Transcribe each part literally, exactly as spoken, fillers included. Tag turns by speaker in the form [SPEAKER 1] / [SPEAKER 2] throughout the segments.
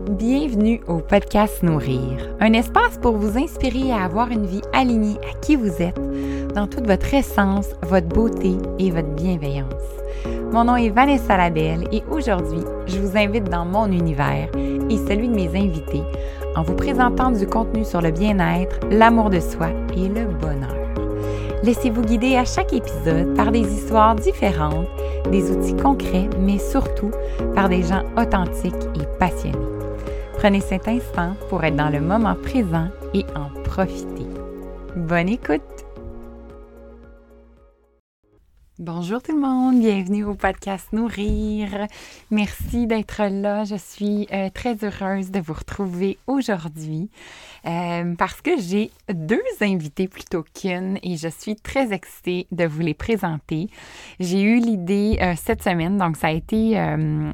[SPEAKER 1] Bienvenue au podcast Nourrir, un espace pour vous inspirer à avoir une vie alignée à qui vous êtes, dans toute votre essence, votre beauté et votre bienveillance. Mon nom est Vanessa Labelle et aujourd'hui, je vous invite dans mon univers et celui de mes invités en vous présentant du contenu sur le bien-être, l'amour de soi et le bonheur. Laissez-vous guider à chaque épisode par des histoires différentes, des outils concrets, mais surtout par des gens authentiques et passionnés. Prenez cet instant pour être dans le moment présent et en profiter. Bonne écoute! Bonjour tout le monde, bienvenue au podcast Nourrir. Merci d'être là. Je suis euh, très heureuse de vous retrouver aujourd'hui euh, parce que j'ai deux invités plutôt qu'une et je suis très excitée de vous les présenter. J'ai eu l'idée euh, cette semaine, donc ça a été euh,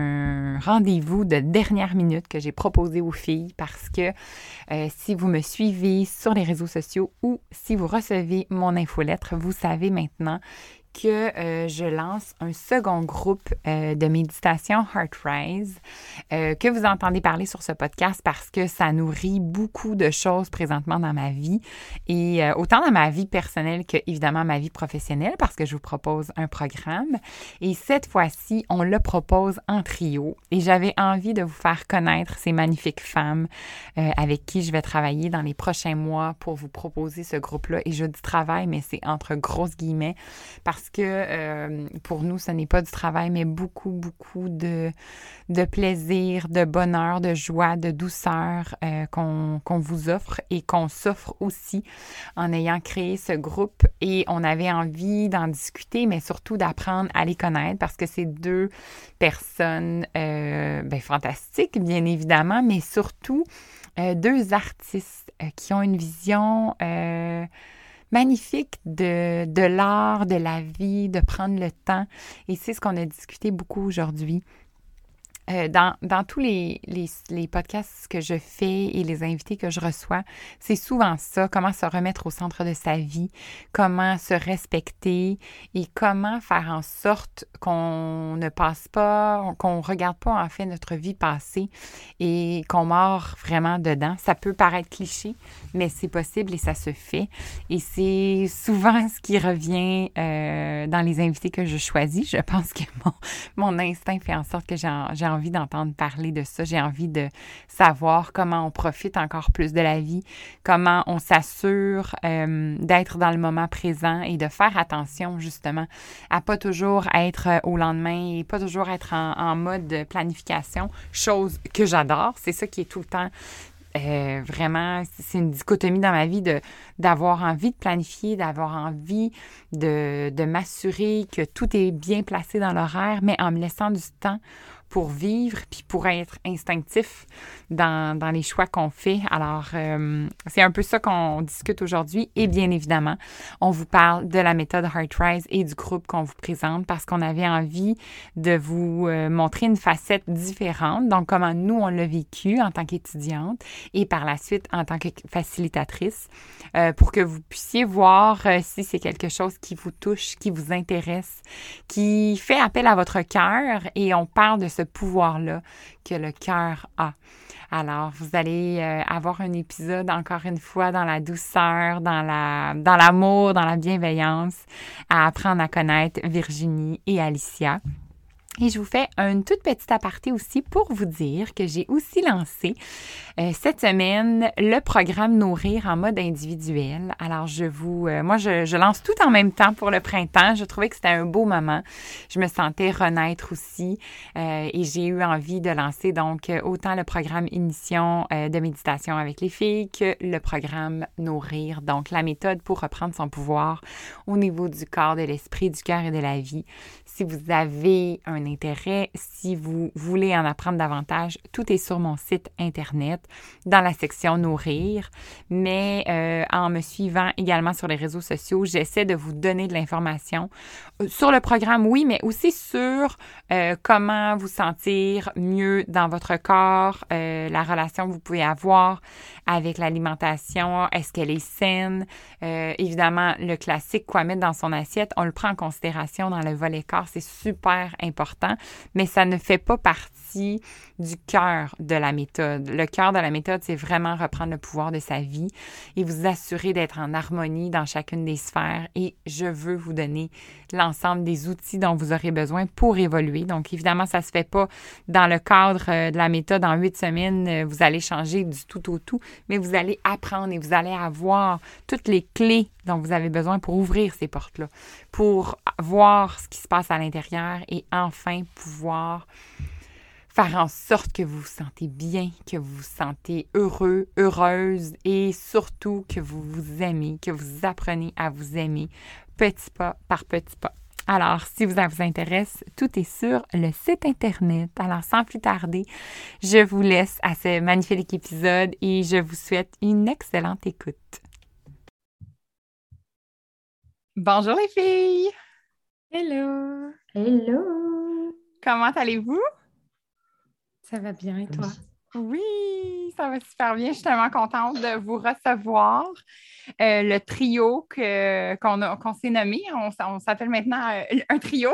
[SPEAKER 1] un rendez-vous de dernière minute que j'ai proposé aux filles parce que euh, si vous me suivez sur les réseaux sociaux ou si vous recevez mon infolettre, vous savez maintenant que euh, je lance un second groupe euh, de méditation Heartrise euh, que vous entendez parler sur ce podcast parce que ça nourrit beaucoup de choses présentement dans ma vie et euh, autant dans ma vie personnelle que évidemment ma vie professionnelle parce que je vous propose un programme et cette fois-ci, on le propose en trio et j'avais envie de vous faire connaître ces magnifiques femmes euh, avec qui je vais travailler dans les prochains mois pour vous proposer ce groupe-là et je dis travail, mais c'est entre grosses guillemets parce que euh, pour nous, ce n'est pas du travail, mais beaucoup, beaucoup de, de plaisir, de bonheur, de joie, de douceur euh, qu'on, qu'on vous offre et qu'on s'offre aussi en ayant créé ce groupe. Et on avait envie d'en discuter, mais surtout d'apprendre à les connaître parce que c'est deux personnes euh, ben, fantastiques, bien évidemment, mais surtout euh, deux artistes euh, qui ont une vision Euh, magnifique de, de l'art, de la vie, de prendre le temps. Et c'est ce qu'on a discuté beaucoup aujourd'hui. Euh, dans, dans tous les, les, les podcasts que je fais et les invités que je reçois, c'est souvent ça, comment se remettre au centre de sa vie, comment se respecter et comment faire en sorte qu'on ne passe pas, qu'on ne regarde pas en fait notre vie passée et qu'on mord vraiment dedans. Ça peut paraître cliché, mais c'est possible et ça se fait. Et c'est souvent ce qui revient euh, dans les invités que je choisis. Je pense que mon, mon instinct fait en sorte que j'ai, j'ai envie envie d'entendre parler de ça. J'ai envie de savoir comment on profite encore plus de la vie, comment on s'assure euh, d'être dans le moment présent et de faire attention justement à pas toujours être au lendemain et pas toujours être en, en mode planification, chose que j'adore. C'est ça qui est tout le temps Euh, vraiment, c'est une dichotomie dans ma vie de, d'avoir envie de planifier, d'avoir envie de, de m'assurer que tout est bien placé dans l'horaire, mais en me laissant du temps pour vivre puis pour être instinctif dans, dans les choix qu'on fait. Alors, euh, c'est un peu ça qu'on discute aujourd'hui et bien évidemment, on vous parle de la méthode Heartrise et du groupe qu'on vous présente parce qu'on avait envie de vous euh, montrer une facette différente, donc comment nous, on l'a vécu en tant qu'étudiante et par la suite en tant que facilitatrice euh, pour que vous puissiez voir euh, si c'est quelque chose qui vous touche, qui vous intéresse, qui fait appel à votre cœur et on parle de ce pouvoir-là que le cœur a. Alors, vous allez euh, avoir un épisode, encore une fois, dans la douceur, dans la, dans l'amour, dans la bienveillance, à apprendre à connaître Virginie et Alicia. Et je vous fais une toute petite aparté aussi pour vous dire que j'ai aussi lancé euh, cette semaine le programme Nourrir en mode individuel. Alors, je vous, euh, moi, je, je lance tout en même temps pour le printemps. Je trouvais que c'était un beau moment. Je me sentais renaître aussi euh, et j'ai eu envie de lancer donc autant le programme Ignition euh, de méditation avec les filles que le programme Nourrir, donc la méthode pour reprendre son pouvoir au niveau du corps, de l'esprit, du cœur et de la vie. Si vous avez un intérêt, si vous voulez en apprendre davantage, tout est sur mon site Internet dans la section Nourrir. Mais euh, en me suivant également sur les réseaux sociaux, j'essaie de vous donner de l'information sur le programme, oui, mais aussi sur euh, comment vous sentir mieux dans votre corps, euh, la relation que vous pouvez avoir avec l'alimentation, est-ce qu'elle est saine? Euh, évidemment, le classique, quoi mettre dans son assiette, on le prend en considération dans le volet corps, c'est super important. important, mais ça ne fait pas partie du cœur de la méthode. Le cœur de la méthode, c'est vraiment reprendre le pouvoir de sa vie et vous assurer d'être en harmonie dans chacune des sphères. Et je veux vous donner l'ensemble des outils dont vous aurez besoin pour évoluer. Donc, évidemment, ça ne se fait pas dans le cadre euh, de la méthode en huit semaines. Euh, vous allez changer du tout au tout, mais vous allez apprendre et vous allez avoir toutes les clés dont vous avez besoin pour ouvrir ces portes-là, pour voir ce qui se passe à l'intérieur et enfin pouvoir faire en sorte que vous vous sentez bien, que vous vous sentez heureux, heureuse et surtout que vous vous aimez, que vous apprenez à vous aimer petit pas par petit pas. Alors, si ça vous intéresse, tout est sur le site Internet. Alors, sans plus tarder, je vous laisse à ce magnifique épisode et je vous souhaite une excellente écoute. Bonjour les filles!
[SPEAKER 2] Hello!
[SPEAKER 3] Hello!
[SPEAKER 1] Comment allez-vous?
[SPEAKER 2] Ça va bien et toi?
[SPEAKER 1] Oui, ça va super bien. Je suis tellement contente de vous recevoir. Euh, le trio que, qu'on, a, qu'on s'est nommé, on, on s'appelle maintenant euh, un trio.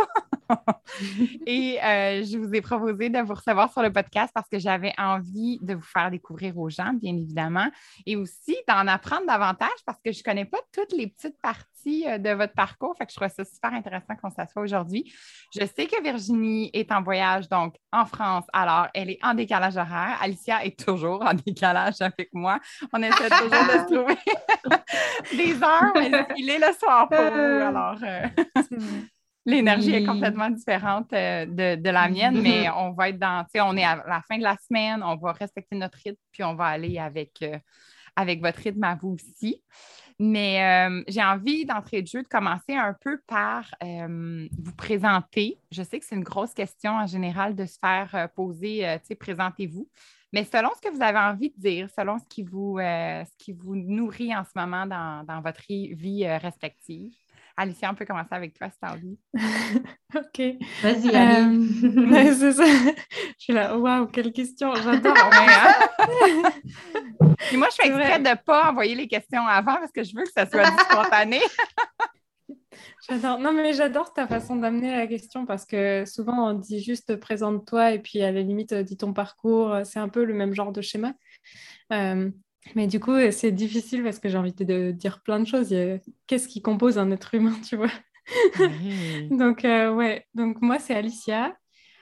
[SPEAKER 1] Et euh, je vous ai proposé de vous recevoir sur le podcast parce que j'avais envie de vous faire découvrir aux gens, bien évidemment, et aussi d'en apprendre davantage parce que je ne connais pas toutes les petites parties euh, de votre parcours. Fait que je trouve ça super intéressant qu'on s'assoie aujourd'hui. Je sais que Virginie est en voyage, donc en France. Alors, elle est en décalage horaire. Alicia est toujours en décalage avec moi. On essaie toujours de se trouver des heures, mais il est le soir pour vous. Alors, euh, l'énergie oui. est complètement différente euh, de, de la mienne, mais on va être dans, tu sais, on est à la fin de la semaine, on va respecter notre rythme, puis on va aller avec, euh, avec votre rythme à vous aussi. Mais euh, j'ai envie d'entrée de jeu de commencer un peu par euh, vous présenter. Je sais que c'est une grosse question en général de se faire euh, poser, euh, tu sais, présentez-vous. Mais selon ce que vous avez envie de dire, selon ce qui vous, euh, ce qui vous nourrit en ce moment dans, dans votre vie euh, respective. Alicia, on peut commencer avec toi si tu as envie.
[SPEAKER 2] OK.
[SPEAKER 3] Vas-y, allez.
[SPEAKER 2] Euh, c'est ça. Je suis là, waouh, quelle question, j'adore.
[SPEAKER 1] Ouais, hein? Et moi, je fais exprès de ne pas envoyer les questions avant parce que je veux que ça soit du spontané.
[SPEAKER 2] J'adore. Non, mais j'adore ta façon d'amener la question parce que souvent, on dit juste présente-toi et puis à la limite, dis ton parcours. C'est un peu le même genre de schéma. Euh, mais du coup, c'est difficile parce que j'ai envie de dire plein de choses. Qu'est-ce qui compose un être humain, tu vois? Oui. Donc, euh, ouais. Donc, moi, c'est Alicia.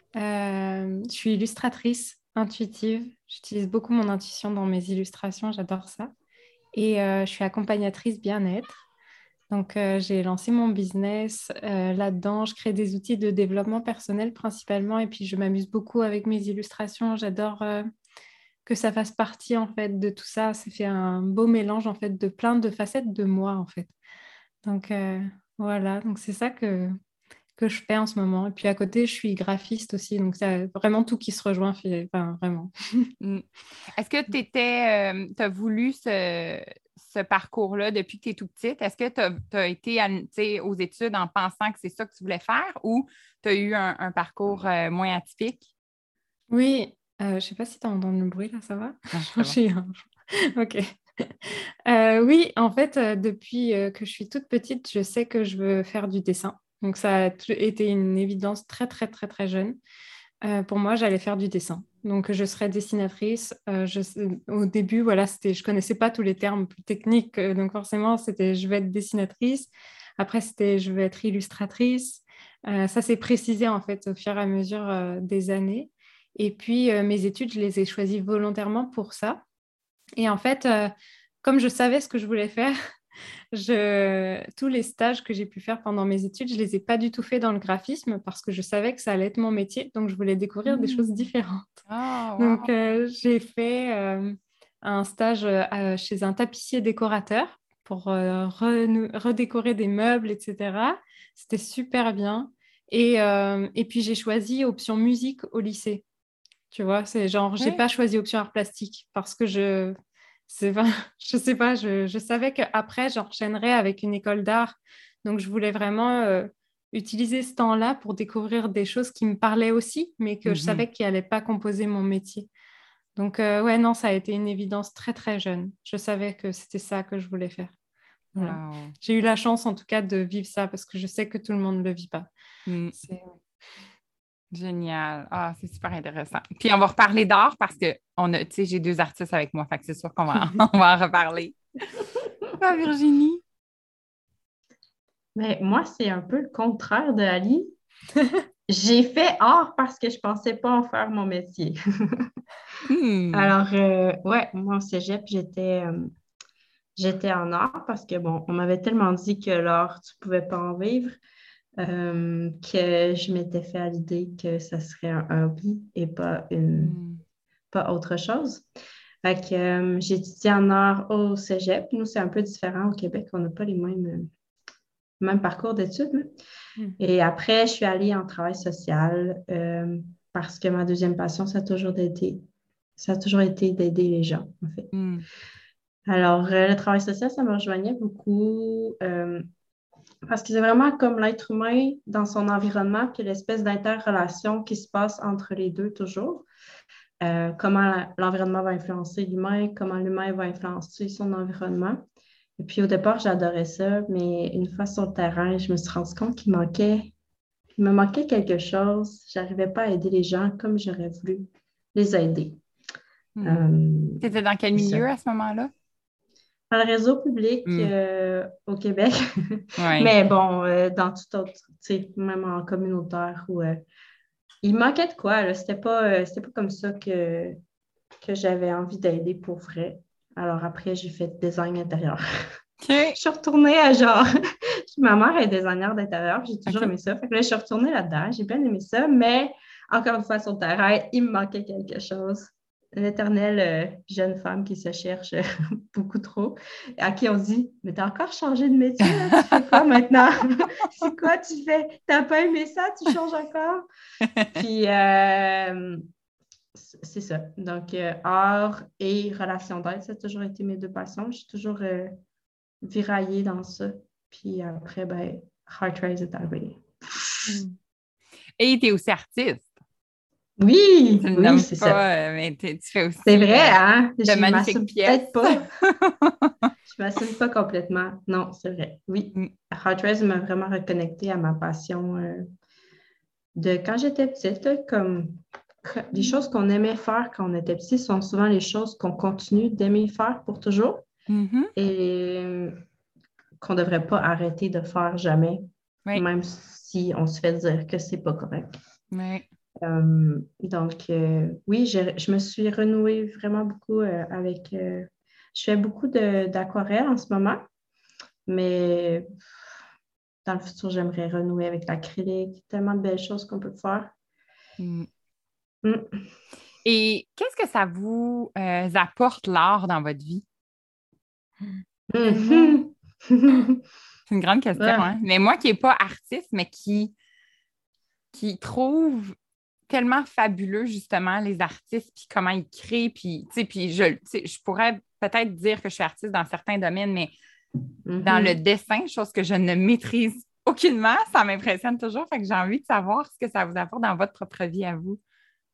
[SPEAKER 2] Euh, je suis illustratrice intuitive. J'utilise beaucoup mon intuition dans mes illustrations. J'adore ça. Et euh, je suis accompagnatrice bien-être. Donc, euh, j'ai lancé mon business euh, là-dedans. Je crée des outils de développement personnel principalement. Et puis, je m'amuse beaucoup avec mes illustrations. J'adore euh, que ça fasse partie, en fait, de tout ça. Ça fait un beau mélange, en fait, de plein de facettes de moi, en fait. Donc, euh, voilà. Donc, c'est ça que, que je fais en ce moment. Et puis, à côté, je suis graphiste aussi. Donc, c'est vraiment tout qui se rejoint. Enfin, vraiment.
[SPEAKER 1] Est-ce que tu étais, euh, tu as voulu ce... ce parcours-là depuis que tu es tout petite? Est-ce que tu as été aux études en pensant que c'est ça que tu voulais faire ou tu as eu un, un parcours euh, moins atypique?
[SPEAKER 2] Oui, euh, je ne sais pas si tu as entendu le bruit, là, ça va?
[SPEAKER 1] Non, c'est bon.
[SPEAKER 2] OK. Euh, oui, en fait, euh, depuis euh, que je suis toute petite, je sais que je veux faire du dessin. Donc, ça a été une évidence très, très, très, très jeune. Euh, pour moi, j'allais faire du dessin. Donc, je serais dessinatrice. Euh, je, au début, voilà, c'était, je ne connaissais pas tous les termes plus techniques. Euh, donc, forcément, c'était je vais être dessinatrice. Après, c'était je vais être illustratrice. Euh, ça s'est précisé, en fait, au fur et à mesure euh, des années. Et puis, euh, mes études, je les ai choisies volontairement pour ça. Et en fait, euh, comme je savais ce que je voulais faire, je... tous les stages que j'ai pu faire pendant mes études, je ne les ai pas du tout fait dans le graphisme parce que je savais que ça allait être mon métier. Donc, je voulais découvrir mmh. des choses différentes.
[SPEAKER 1] Oh, wow.
[SPEAKER 2] Donc, euh, j'ai fait euh, un stage euh, chez un tapissier décorateur pour euh, re- redécorer des meubles, et cetera. C'était super bien. Et, euh, et puis, j'ai choisi option musique au lycée. Tu vois, c'est genre, j'ai
[SPEAKER 1] oui.
[SPEAKER 2] pas choisi option art plastique parce que je, c'est, je sais pas, je, je savais qu'après, j'enchaînerais avec une école d'art. Donc, je voulais vraiment euh, utiliser ce temps-là pour découvrir des choses qui me parlaient aussi, mais que mm-hmm. je savais qu'ils n'allaient pas composer mon métier. Donc, euh, ouais, non, ça a été une évidence très, très jeune. Je savais que c'était ça que je voulais faire. Voilà. Wow. J'ai eu la chance, en tout cas, de vivre ça parce que je sais que tout le monde ne le vit pas.
[SPEAKER 1] Mm.
[SPEAKER 2] C'est...
[SPEAKER 1] Génial. Ah, c'est super intéressant. Puis on va reparler d'art parce que on a, tu sais, j'ai deux artistes avec moi, fait que c'est sûr qu'on va, on va en reparler. Ah, Virginie?
[SPEAKER 3] Mais moi, c'est un peu le contraire de Ali. J'ai fait art parce que je pensais pas en faire mon métier.
[SPEAKER 1] Hmm.
[SPEAKER 3] Alors, euh, ouais, moi au cégep, j'étais euh, j'étais en art parce que, bon, on m'avait tellement dit que l'art, tu pouvais pas en vivre, euh, que je m'étais fait à l'idée que ça serait un hobby et pas une,
[SPEAKER 1] Hmm.
[SPEAKER 3] pas autre chose. Fait que, euh, j'ai étudié en art au cégep. Nous, c'est un peu différent au Québec. On n'a pas les mêmes, euh, mêmes parcours d'études, là.
[SPEAKER 2] Hmm.
[SPEAKER 3] Et après, je suis allée en travail social euh, parce que ma deuxième passion, ça a toujours été, ça a toujours été d'aider les gens, en fait.
[SPEAKER 1] Hmm.
[SPEAKER 3] Alors, euh, le travail social, ça me rejoignait beaucoup euh, parce que c'est vraiment comme l'être humain dans son environnement, puis l'espèce d'interrelation qui se passe entre les deux toujours. Euh, comment la- l'environnement va influencer l'humain, comment l'humain va influencer son environnement. Et puis au départ, j'adorais ça, mais une fois sur le terrain, je me suis rendu compte qu'il manquait, il me manquait quelque chose. Je n'arrivais pas à aider les gens comme j'aurais voulu les aider.
[SPEAKER 1] Hmm.
[SPEAKER 3] Euh,
[SPEAKER 1] T'étais dans quel
[SPEAKER 3] c'est ça.
[SPEAKER 1] milieu à ce moment-là?
[SPEAKER 3] Dans le réseau public
[SPEAKER 1] Hmm.
[SPEAKER 3] euh, au Québec,
[SPEAKER 1] Oui.
[SPEAKER 3] mais bon, euh, dans tout autre, tu sais, même en communautaire, où euh, il manquait de quoi, là. C'était pas, euh, c'était pas comme ça que, que j'avais envie d'aider pour vrai. Alors après, j'ai fait design intérieur.
[SPEAKER 1] OK.
[SPEAKER 3] Je suis retournée à genre, ma mère est designer d'intérieur, j'ai toujours
[SPEAKER 1] OK.
[SPEAKER 3] aimé ça. Fait que là, je suis retournée là-dedans, j'ai bien aimé ça, mais encore une fois, sur le terrain, il me manquait quelque chose. L'éternelle euh, jeune femme qui se cherche euh, beaucoup trop, à qui on dit, mais t'as encore changé de métier, là, tu fais quoi maintenant? C'est quoi tu fais? T'as pas aimé ça, tu changes encore? Puis, euh, c'est ça. Donc, euh, art et relation d'aide, ça a toujours été mes deux passions. J'ai toujours euh, viraillé dans ça. Puis après, ben, Heart Race est arrivé.
[SPEAKER 1] Hmm. Et tu es aussi artiste.
[SPEAKER 3] Oui,
[SPEAKER 1] Tu ne le
[SPEAKER 3] oui,
[SPEAKER 1] nommes
[SPEAKER 3] c'est ça.
[SPEAKER 1] pas, euh, mais t'es- tu fais
[SPEAKER 3] C'est
[SPEAKER 1] aussi
[SPEAKER 3] vrai,
[SPEAKER 1] euh,
[SPEAKER 3] hein?
[SPEAKER 1] de
[SPEAKER 3] Je
[SPEAKER 1] magnifiques
[SPEAKER 3] m'assume
[SPEAKER 1] pièces.
[SPEAKER 3] peut-être pas. Je m'assume pas complètement. Non, c'est vrai. Oui.
[SPEAKER 1] Hmm.
[SPEAKER 3] Heart Race m'a vraiment reconnecté à ma passion euh, de quand j'étais petite, là, comme les choses qu'on aimait faire quand on était petit sont souvent les choses qu'on continue d'aimer faire pour toujours
[SPEAKER 1] Mhm.
[SPEAKER 3] et qu'on ne devrait pas arrêter de faire jamais,
[SPEAKER 1] Oui,
[SPEAKER 3] même si on se fait dire que c'est pas correct.
[SPEAKER 1] oui.
[SPEAKER 3] Euh, donc, euh, oui, je, je me suis renouée vraiment beaucoup euh, avec... euh, je fais beaucoup de- d'aquarelle en ce moment, mais dans le futur, j'aimerais renouer avec l'acrylique. Tellement de belles choses qu'on peut faire.
[SPEAKER 1] Hmm.
[SPEAKER 3] Mm.
[SPEAKER 1] Et qu'est-ce que ça vous euh, apporte l'art dans votre vie?
[SPEAKER 2] Tellement.
[SPEAKER 3] Mhm.
[SPEAKER 1] C'est une grande question,
[SPEAKER 3] Ah.
[SPEAKER 1] hein? Mais moi qui n'ai pas artiste, mais qui, qui trouve tellement fabuleux, justement, les artistes, puis comment ils créent, puis, tu sais, puis je, tu sais, je pourrais peut-être dire que je suis artiste dans certains domaines, mais dans le
[SPEAKER 3] Mhm.
[SPEAKER 1] dessin, chose que je ne maîtrise aucunement, ça m'impressionne toujours, fait que j'ai envie de savoir ce que ça vous apporte dans votre propre vie à vous.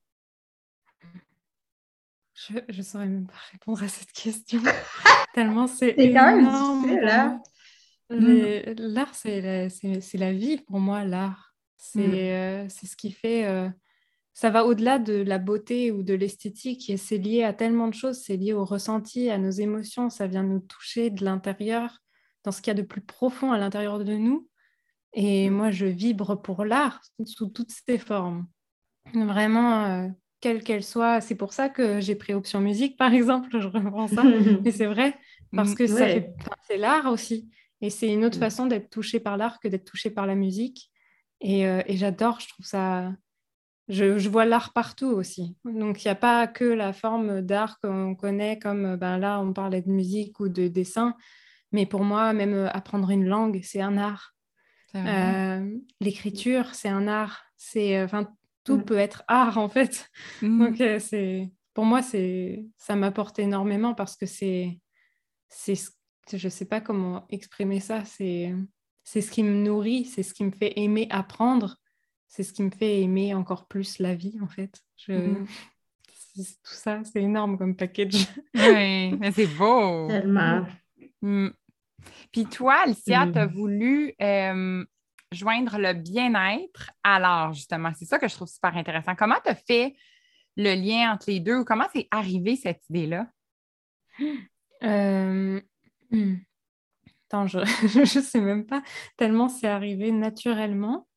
[SPEAKER 2] Je ne saurais même pas répondre à cette question. Tellement c'est
[SPEAKER 3] C'est quand même
[SPEAKER 2] énorme
[SPEAKER 3] difficile,
[SPEAKER 2] pour moi.
[SPEAKER 3] hein? Mm.
[SPEAKER 2] Les- L'art, c'est la, c'est, c'est la vie pour moi, l'art.
[SPEAKER 3] Mm.
[SPEAKER 2] C'est euh, c'est ce qui fait... euh, ça va au-delà de la beauté ou de l'esthétique et c'est lié à tellement de choses. C'est lié au ressenti, à nos émotions. Ça vient nous toucher de l'intérieur, dans ce qu'il y a de plus profond à l'intérieur de nous. Et moi, je vibre pour l'art sous toutes ses formes. Vraiment, euh, quelle qu'elle soit. C'est pour ça que j'ai pris option musique, par exemple. Je reprends ça. Mais c'est vrai, parce
[SPEAKER 1] Mm.
[SPEAKER 2] que ça
[SPEAKER 3] Oui.
[SPEAKER 2] fait... enfin, c'est l'art aussi. Et c'est une autre façon d'être touché par l'art que d'être touché par la musique. Et, euh, et j'adore, je trouve ça... Je, je vois l'art partout aussi. Donc, il n'y a pas que la forme d'art qu'on connaît, comme euh, ben là, on parlait de musique ou de dessin. Mais pour moi, même euh, apprendre une langue, c'est un art.
[SPEAKER 1] C'est vrai.
[SPEAKER 2] Euh, l'écriture, c'est un art. C'est, euh, enfin, tout
[SPEAKER 3] Mm.
[SPEAKER 2] peut être art en fait.
[SPEAKER 1] Mm.
[SPEAKER 2] Donc euh, c'est, pour moi, c'est, ça m'apporte énormément parce que c'est, c'est, ce- je sais pas comment exprimer ça. C'est, c'est ce qui me nourrit, c'est ce qui me fait aimer apprendre, c'est ce qui me fait aimer encore plus la vie en fait. Je,
[SPEAKER 1] Mm.
[SPEAKER 2] c'est- tout ça, c'est énorme comme package.
[SPEAKER 1] Oui, mais c'est beau.
[SPEAKER 3] Tellement.
[SPEAKER 1] Mm. Puis toi, Alicia, tu as
[SPEAKER 3] Mm.
[SPEAKER 1] voulu euh, joindre le bien-être à l'art, justement. C'est ça que je trouve super intéressant. Comment tu as fait le lien entre les deux? Comment c'est arrivé cette idée-là?
[SPEAKER 2] Euh... hmm. Attends, je ne sais même pas, tellement c'est arrivé naturellement.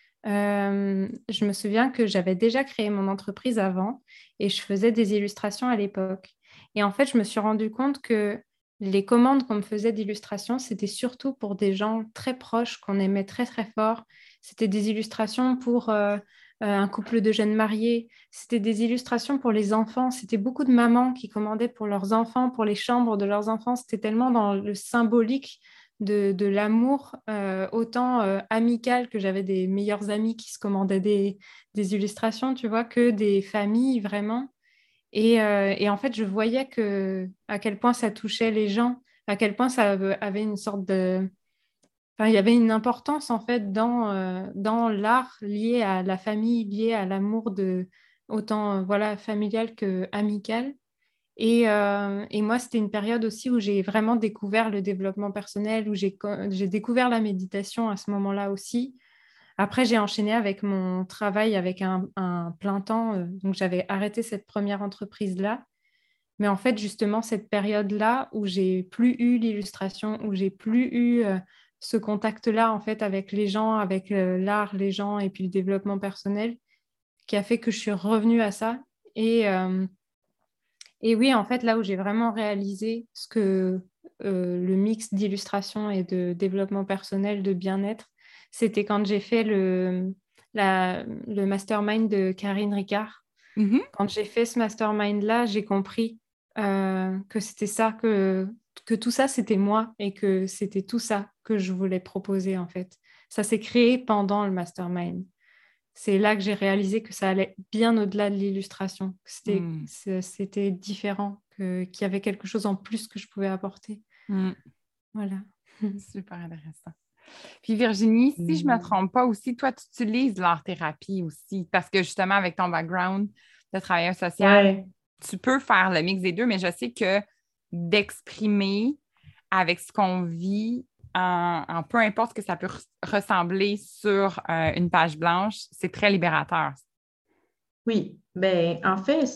[SPEAKER 2] Euh, je me souviens que j'avais déjà créé mon entreprise avant et je faisais des illustrations à l'époque. Et en fait, je me suis rendu compte que les commandes qu'on me faisait d'illustrations, c'était surtout pour des gens très proches qu'on aimait très très fort. C'était des illustrations pour euh, euh, un couple de jeunes mariés. C'était des illustrations pour les enfants. C'était beaucoup de mamans qui commandaient pour leurs enfants, pour les chambres de leurs enfants. C'était tellement dans le symbolique de, de l'amour, euh, autant euh, amical, que j'avais des meilleurs amis qui se commandaient des, des illustrations, tu vois, que des familles vraiment. Et, euh, et en fait, je voyais que, à quel point ça touchait les gens, à quel point ça avait une sorte de... Enfin, il y avait une importance en fait dans, euh, dans l'art lié à la famille, lié à l'amour de autant euh, voilà, familial que amical. Et, euh, et moi, c'était une période aussi où j'ai vraiment découvert le développement personnel, où j'ai, j'ai découvert la méditation à ce moment-là aussi. Après, j'ai enchaîné avec mon travail avec un, un plein temps. euh, Donc, j'avais arrêté cette première entreprise-là. Mais en fait, justement, cette période-là où j'ai plus eu l'illustration, où j'ai plus eu euh, ce contact-là en fait avec les gens, avec euh, l'art, les gens et puis le développement personnel, qui a fait que je suis revenue à ça. Et, euh, et oui, en fait, là où j'ai vraiment réalisé ce que euh, le mix d'illustration et de développement personnel, de bien-être, c'était quand j'ai fait le, la, le mastermind de Karine Ricard.
[SPEAKER 1] Mm-hmm.
[SPEAKER 2] Quand j'ai fait ce mastermind-là, j'ai compris euh, que c'était ça, que, que tout ça, c'était moi et que c'était tout ça que je voulais proposer, en fait. Ça s'est créé pendant le mastermind. C'est là que j'ai réalisé que ça allait bien au-delà de l'illustration, que c'était,
[SPEAKER 1] Mm.
[SPEAKER 2] c'était différent, que, qu'il y avait quelque chose en plus que je pouvais apporter.
[SPEAKER 1] Mm.
[SPEAKER 2] Voilà.
[SPEAKER 1] Super intéressant. Puis Virginie, si mm. je ne me trompe pas aussi, toi, tu utilises l'art-thérapie aussi, parce que justement, avec ton background de travailleur social,
[SPEAKER 3] Ouais.
[SPEAKER 1] tu peux faire le mix des deux, mais je sais que d'exprimer avec ce qu'on vit, en, en peu importe ce que ça peut re- ressembler sur euh, une page blanche, c'est très libérateur.
[SPEAKER 3] Oui, ben en fait,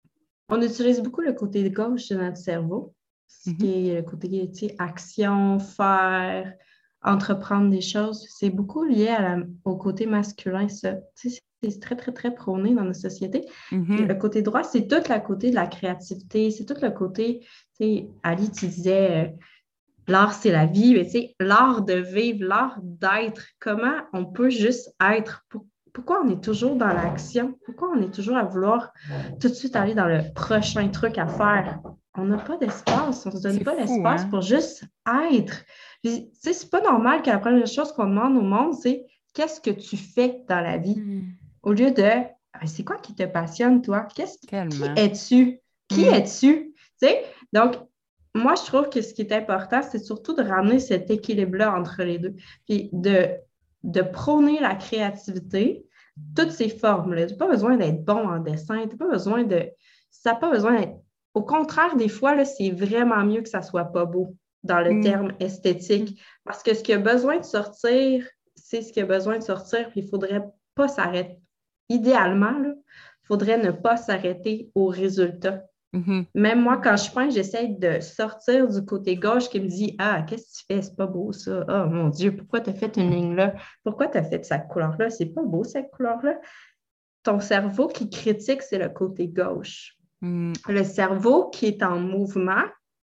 [SPEAKER 3] on utilise beaucoup le côté gauche de notre cerveau, ce
[SPEAKER 1] Mm-hmm.
[SPEAKER 3] qui est le côté, tu sais, action, faire, entreprendre des choses. C'est beaucoup lié à la, au côté masculin, ça. Tu sais, c'est très, très, très prôné dans notre société.
[SPEAKER 1] Mm-hmm.
[SPEAKER 3] Puis le côté droit, c'est tout le côté de la créativité, c'est tout le côté, tu sais, Ali, tu disais, euh, l'art, c'est la vie, mais tu sais, l'art de vivre, l'art d'être. Comment on peut juste être? Pour, pourquoi on est toujours dans l'action? Pourquoi on est toujours à vouloir tout de suite aller dans le prochain truc à faire? On n'a pas d'espace, on ne se donne
[SPEAKER 1] c'est
[SPEAKER 3] pas
[SPEAKER 1] fou,
[SPEAKER 3] l'espace
[SPEAKER 1] hein?
[SPEAKER 3] pour juste être. Puis, tu sais, c'est pas normal que la première chose qu'on demande au monde, c'est qu'est-ce que tu fais dans la vie?
[SPEAKER 2] Mm.
[SPEAKER 3] Au lieu de, ah, c'est quoi qui te passionne, toi? Qu'est-ce, qui
[SPEAKER 1] Tellement.
[SPEAKER 3] es-tu? Qui
[SPEAKER 1] Mm.
[SPEAKER 3] es-tu? Tu sais, donc, moi, je trouve que ce qui est important, c'est surtout de ramener cet équilibre-là entre les deux. Puis de, de prôner la créativité, toutes ces formes-là. Tu n'as pas besoin d'être bon en dessin, tu n'as pas besoin de. Ça n'a pas besoin d'être. Au contraire, des fois, là, c'est vraiment mieux que ça ne soit pas beau dans le
[SPEAKER 1] Mm.
[SPEAKER 3] terme esthétique. Parce que ce qui a besoin de sortir, c'est ce qui a besoin de sortir, puis il ne faudrait pas s'arrêter. Idéalement, il faudrait ne pas s'arrêter au résultat.
[SPEAKER 1] Mm-hmm.
[SPEAKER 3] Même moi, quand je peins, j'essaie de sortir du côté gauche qui me dit « Ah, qu'est-ce que tu fais? C'est pas beau ça. Oh mon Dieu, pourquoi tu as fait une ligne là? Pourquoi tu as fait cette couleur-là? C'est pas beau cette couleur-là. » Ton cerveau qui critique, c'est le côté gauche.
[SPEAKER 1] Mm.
[SPEAKER 3] Le cerveau qui est en mouvement,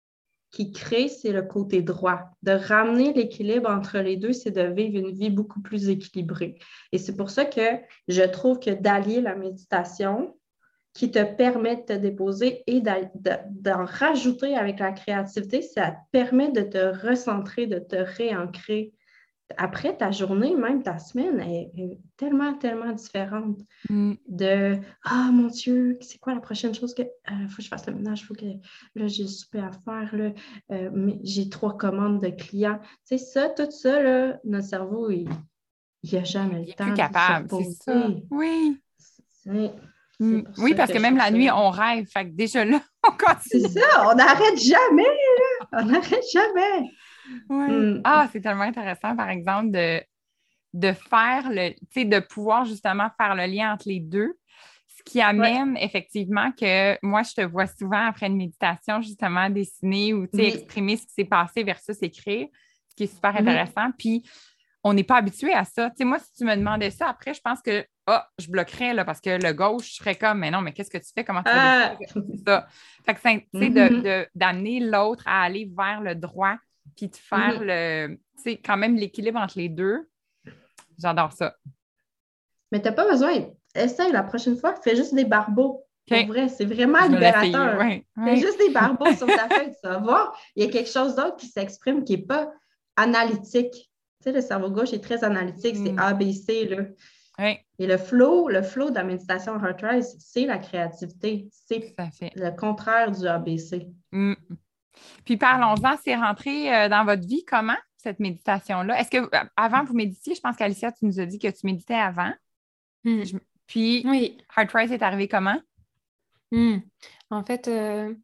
[SPEAKER 3] qui crée, c'est le côté droit. De ramener l'équilibre entre les deux, c'est de vivre une vie beaucoup plus équilibrée. Et c'est pour ça que je trouve que d'allier la méditation qui te permet de te déposer et d'en rajouter avec la créativité, ça te permet de te recentrer, de te réancrer. Après, ta journée, même ta semaine, est, est tellement, tellement différente.
[SPEAKER 1] Mm.
[SPEAKER 3] De « Ah, mon Dieu, c'est quoi la prochaine chose que... Il euh, faut que je fasse le ménage, il faut que... Là, j'ai super à faire, là, euh, mais j'ai trois commandes de clients. » Tu sais, ça, tout ça, là, notre cerveau, il n'a jamais
[SPEAKER 1] Il
[SPEAKER 3] le
[SPEAKER 1] est
[SPEAKER 3] temps
[SPEAKER 1] plus capable,
[SPEAKER 3] de se
[SPEAKER 1] c'est ça.
[SPEAKER 3] reposer.
[SPEAKER 1] Oui.
[SPEAKER 3] C'est...
[SPEAKER 1] Mm. Oui, parce que, que même la nuit, ça. On rêve. Fait que déjà là, on continue.
[SPEAKER 3] C'est ça, on n'arrête jamais, là. On n'arrête jamais.
[SPEAKER 1] Oui. Mm. Ah, c'est tellement intéressant, par exemple, de de faire le, tu sais, de pouvoir justement faire le lien entre les deux. Ce qui amène ouais. effectivement que moi, je te vois souvent après une méditation, justement, dessiner ou oui. exprimer ce qui s'est passé versus écrire, ce qui est super intéressant. Mm-hmm. Puis, on n'est pas habitué à ça. Tu sais, moi, si tu me demandais ça, après, je pense que ah, je bloquerais là, parce que le gauche, je serais comme, mais non, mais qu'est-ce que tu fais? Comment tu vas décider? Ah! C'est ça. Fait que c'est, tu sais, mm-hmm. de, de, d'amener l'autre à aller vers le droit, puis de faire mm-hmm. le, tu sais, quand même l'équilibre entre les deux. J'adore ça.
[SPEAKER 3] Mais tu n'as pas besoin. Essaye la prochaine fois, fais juste des barbeaux. Okay. Pour vrai, c'est vraiment libérateur. Ouais, ouais. Fais juste des barbeaux sur ta feuille, tu vas voir. Il y a quelque chose d'autre qui s'exprime qui n'est pas analytique. Tu sais, le cerveau gauche est très analytique, mm. c'est A B C, là.
[SPEAKER 1] Ouais.
[SPEAKER 3] Et le flow, le flow de la méditation Heartrise, c'est la créativité. C'est le contraire du A B C.
[SPEAKER 1] Mm. Puis parlons-en, c'est rentré euh, dans votre vie comment, cette méditation-là? Est-ce que euh, avant vous méditiez, je pense qu'Alicia, tu nous as dit que tu méditais avant.
[SPEAKER 2] Mm.
[SPEAKER 1] Je, puis
[SPEAKER 2] oui.
[SPEAKER 1] Heartrise est arrivé comment?
[SPEAKER 2] Mm. En fait, euh,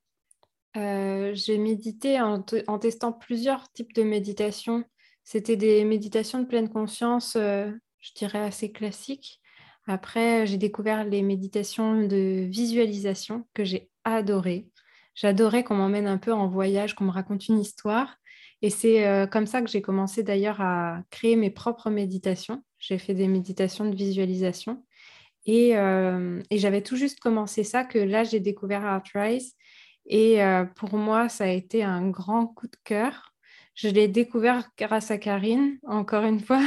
[SPEAKER 2] euh, j'ai médité en, te- en testant plusieurs types de méditation. C'était des méditations de pleine conscience, euh, je dirais assez classiques. Après, j'ai découvert les méditations de visualisation que j'ai adorées. J'adorais qu'on m'emmène un peu en voyage, qu'on me raconte une histoire. Et c'est euh, comme ça que j'ai commencé d'ailleurs à créer mes propres méditations. J'ai fait des méditations de visualisation. Et, euh, et j'avais tout juste commencé ça que là, j'ai découvert Heartrise. Et euh, pour moi, ça a été un grand coup de cœur. Je l'ai découvert grâce à Karine, encore une fois.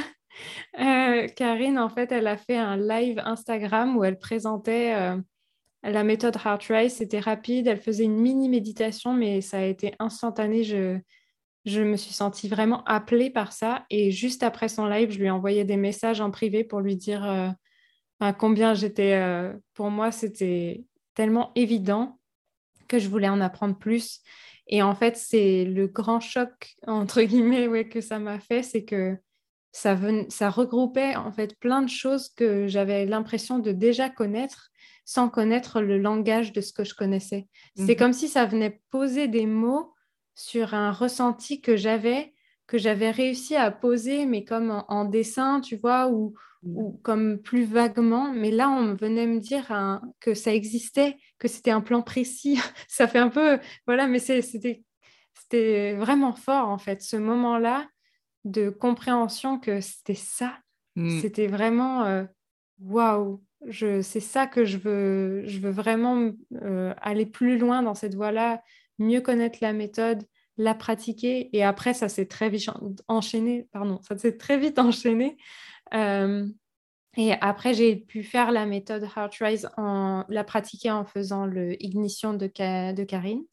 [SPEAKER 2] Euh, Karine, en fait, elle a fait un live Instagram où elle présentait euh, la méthode Heartrise. C'était rapide, elle faisait une mini méditation, mais ça a été instantané. Je, je me suis sentie vraiment appelée par ça. Et juste après son live, je lui ai envoyé des messages en privé pour lui dire euh, enfin, combien j'étais... Euh, pour moi, c'était tellement évident que je voulais en apprendre plus. Et en fait, c'est le grand choc, entre guillemets, ouais, que ça m'a fait, c'est que ça, ven... ça regroupait en fait plein de choses que j'avais l'impression de déjà connaître sans connaître le langage de ce que je connaissais. Mm-hmm. C'est comme si ça venait poser des mots sur un ressenti que j'avais, que j'avais réussi à poser, mais comme en, en dessin, tu vois, ou, mm. ou comme plus vaguement. Mais là, on venait me dire hein, que ça existait, que c'était un plan précis. Ça fait un peu... Voilà, mais c'est, c'était, c'était vraiment fort, en fait, ce moment-là de compréhension que c'était ça. Mm. C'était vraiment... Euh, waouh, je, c'est ça que je veux, je veux vraiment euh, aller plus loin dans cette voie-là, mieux connaître la méthode, la pratiquer. Et après, ça s'est très vite enchaîné. Pardon, ça s'est très vite enchaîné. Euh, et après, j'ai pu faire la méthode Heartrise, en, la pratiquer en faisant le Ignition de, de Karine.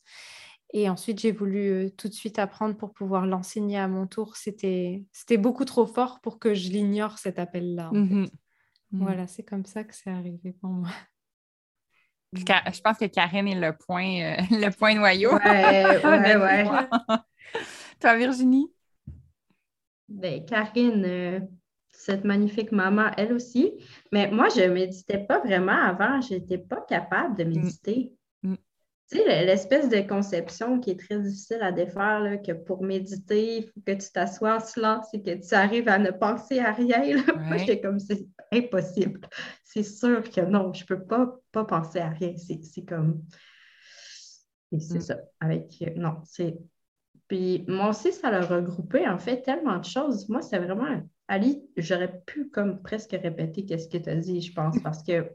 [SPEAKER 2] Et ensuite, j'ai voulu euh, tout de suite apprendre pour pouvoir l'enseigner à mon tour. C'était, c'était beaucoup trop fort pour que je l'ignore, cet appel-là. En mm-hmm. fait. Mm. Voilà, c'est comme ça que c'est arrivé pour moi.
[SPEAKER 1] Je pense que Karine est le point, euh, le point noyau.
[SPEAKER 3] Ouais, ouais, ouais.
[SPEAKER 1] Toi, Virginie?
[SPEAKER 3] Ben, Karine, euh, cette magnifique maman, elle aussi. Mais moi, je ne méditais pas vraiment avant. Je n'étais pas capable de méditer. Mm. Tu sais, l'espèce de conception qui est très difficile à défaire, là, que pour méditer, il faut que tu t'assoies en silence et que tu arrives à ne penser à rien. Là. Ouais. Moi, j'étais comme, c'est impossible. C'est sûr que non, je ne peux pas, pas penser à rien. C'est, c'est comme... Et c'est mm. ça. Avec... Non, c'est... Puis moi aussi, ça l'a regroupé, en fait, tellement de choses. Moi, c'est vraiment... Ali, j'aurais pu comme presque répéter qu'est-ce que tu as dit, je pense, parce que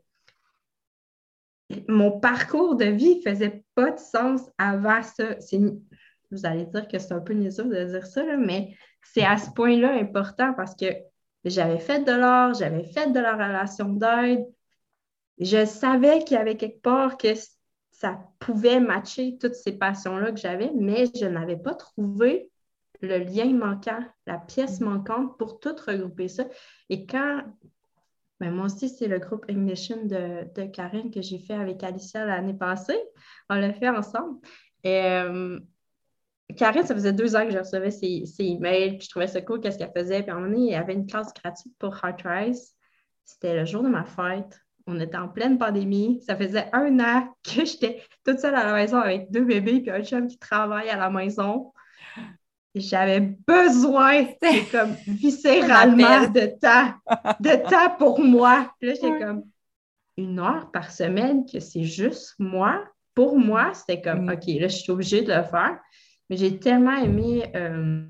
[SPEAKER 3] mon parcours de vie ne faisait pas de sens avant ça. C'est, vous allez dire que c'est un peu niaiseux de dire ça, là, mais c'est à ce point-là important parce que j'avais fait de l'art, j'avais fait de la relation d'aide. Je savais qu'il y avait quelque part que ça pouvait matcher toutes ces passions-là que j'avais, mais je n'avais pas trouvé le lien manquant, la pièce manquante pour tout regrouper ça. Et quand... Ben, moi aussi, c'est le groupe Ignition de, de Karine que j'ai fait avec Alicia l'année passée. On l'a fait ensemble. Et, euh, Karine, ça faisait deux ans que je recevais ses, ses emails, puis je trouvais ça cool, qu'est-ce qu'elle faisait. Puis à un moment donné, il y avait une classe gratuite pour Heartrise. C'était le jour de ma fête. On était en pleine pandémie. Ça faisait un an que j'étais toute seule à la maison avec deux bébés puis un chum qui travaille à la maison. j'avais besoin, c'est comme viscéralement de temps, de temps pour moi. Puis là, j'étais
[SPEAKER 1] Ouais.
[SPEAKER 3] comme une heure par semaine que c'est juste moi. Pour moi, c'était comme,
[SPEAKER 1] Mm.
[SPEAKER 3] OK, là, je suis obligée de le faire. Mais j'ai tellement aimé, euh,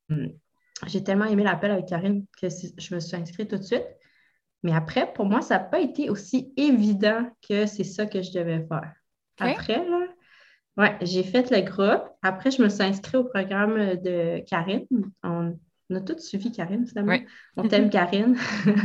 [SPEAKER 3] j'ai tellement aimé l'appel avec Karine que c'est- je me suis inscrite tout de suite. Mais après, pour moi, ça n'a pas été aussi évident que c'est ça que je devais faire.
[SPEAKER 1] OK.
[SPEAKER 3] Après, là, ouais, j'ai fait le groupe. Après, je me suis inscrite au programme de Karine. On, on a tous suivi Karine, finalement.
[SPEAKER 1] Oui.
[SPEAKER 3] On t'aime, Karine.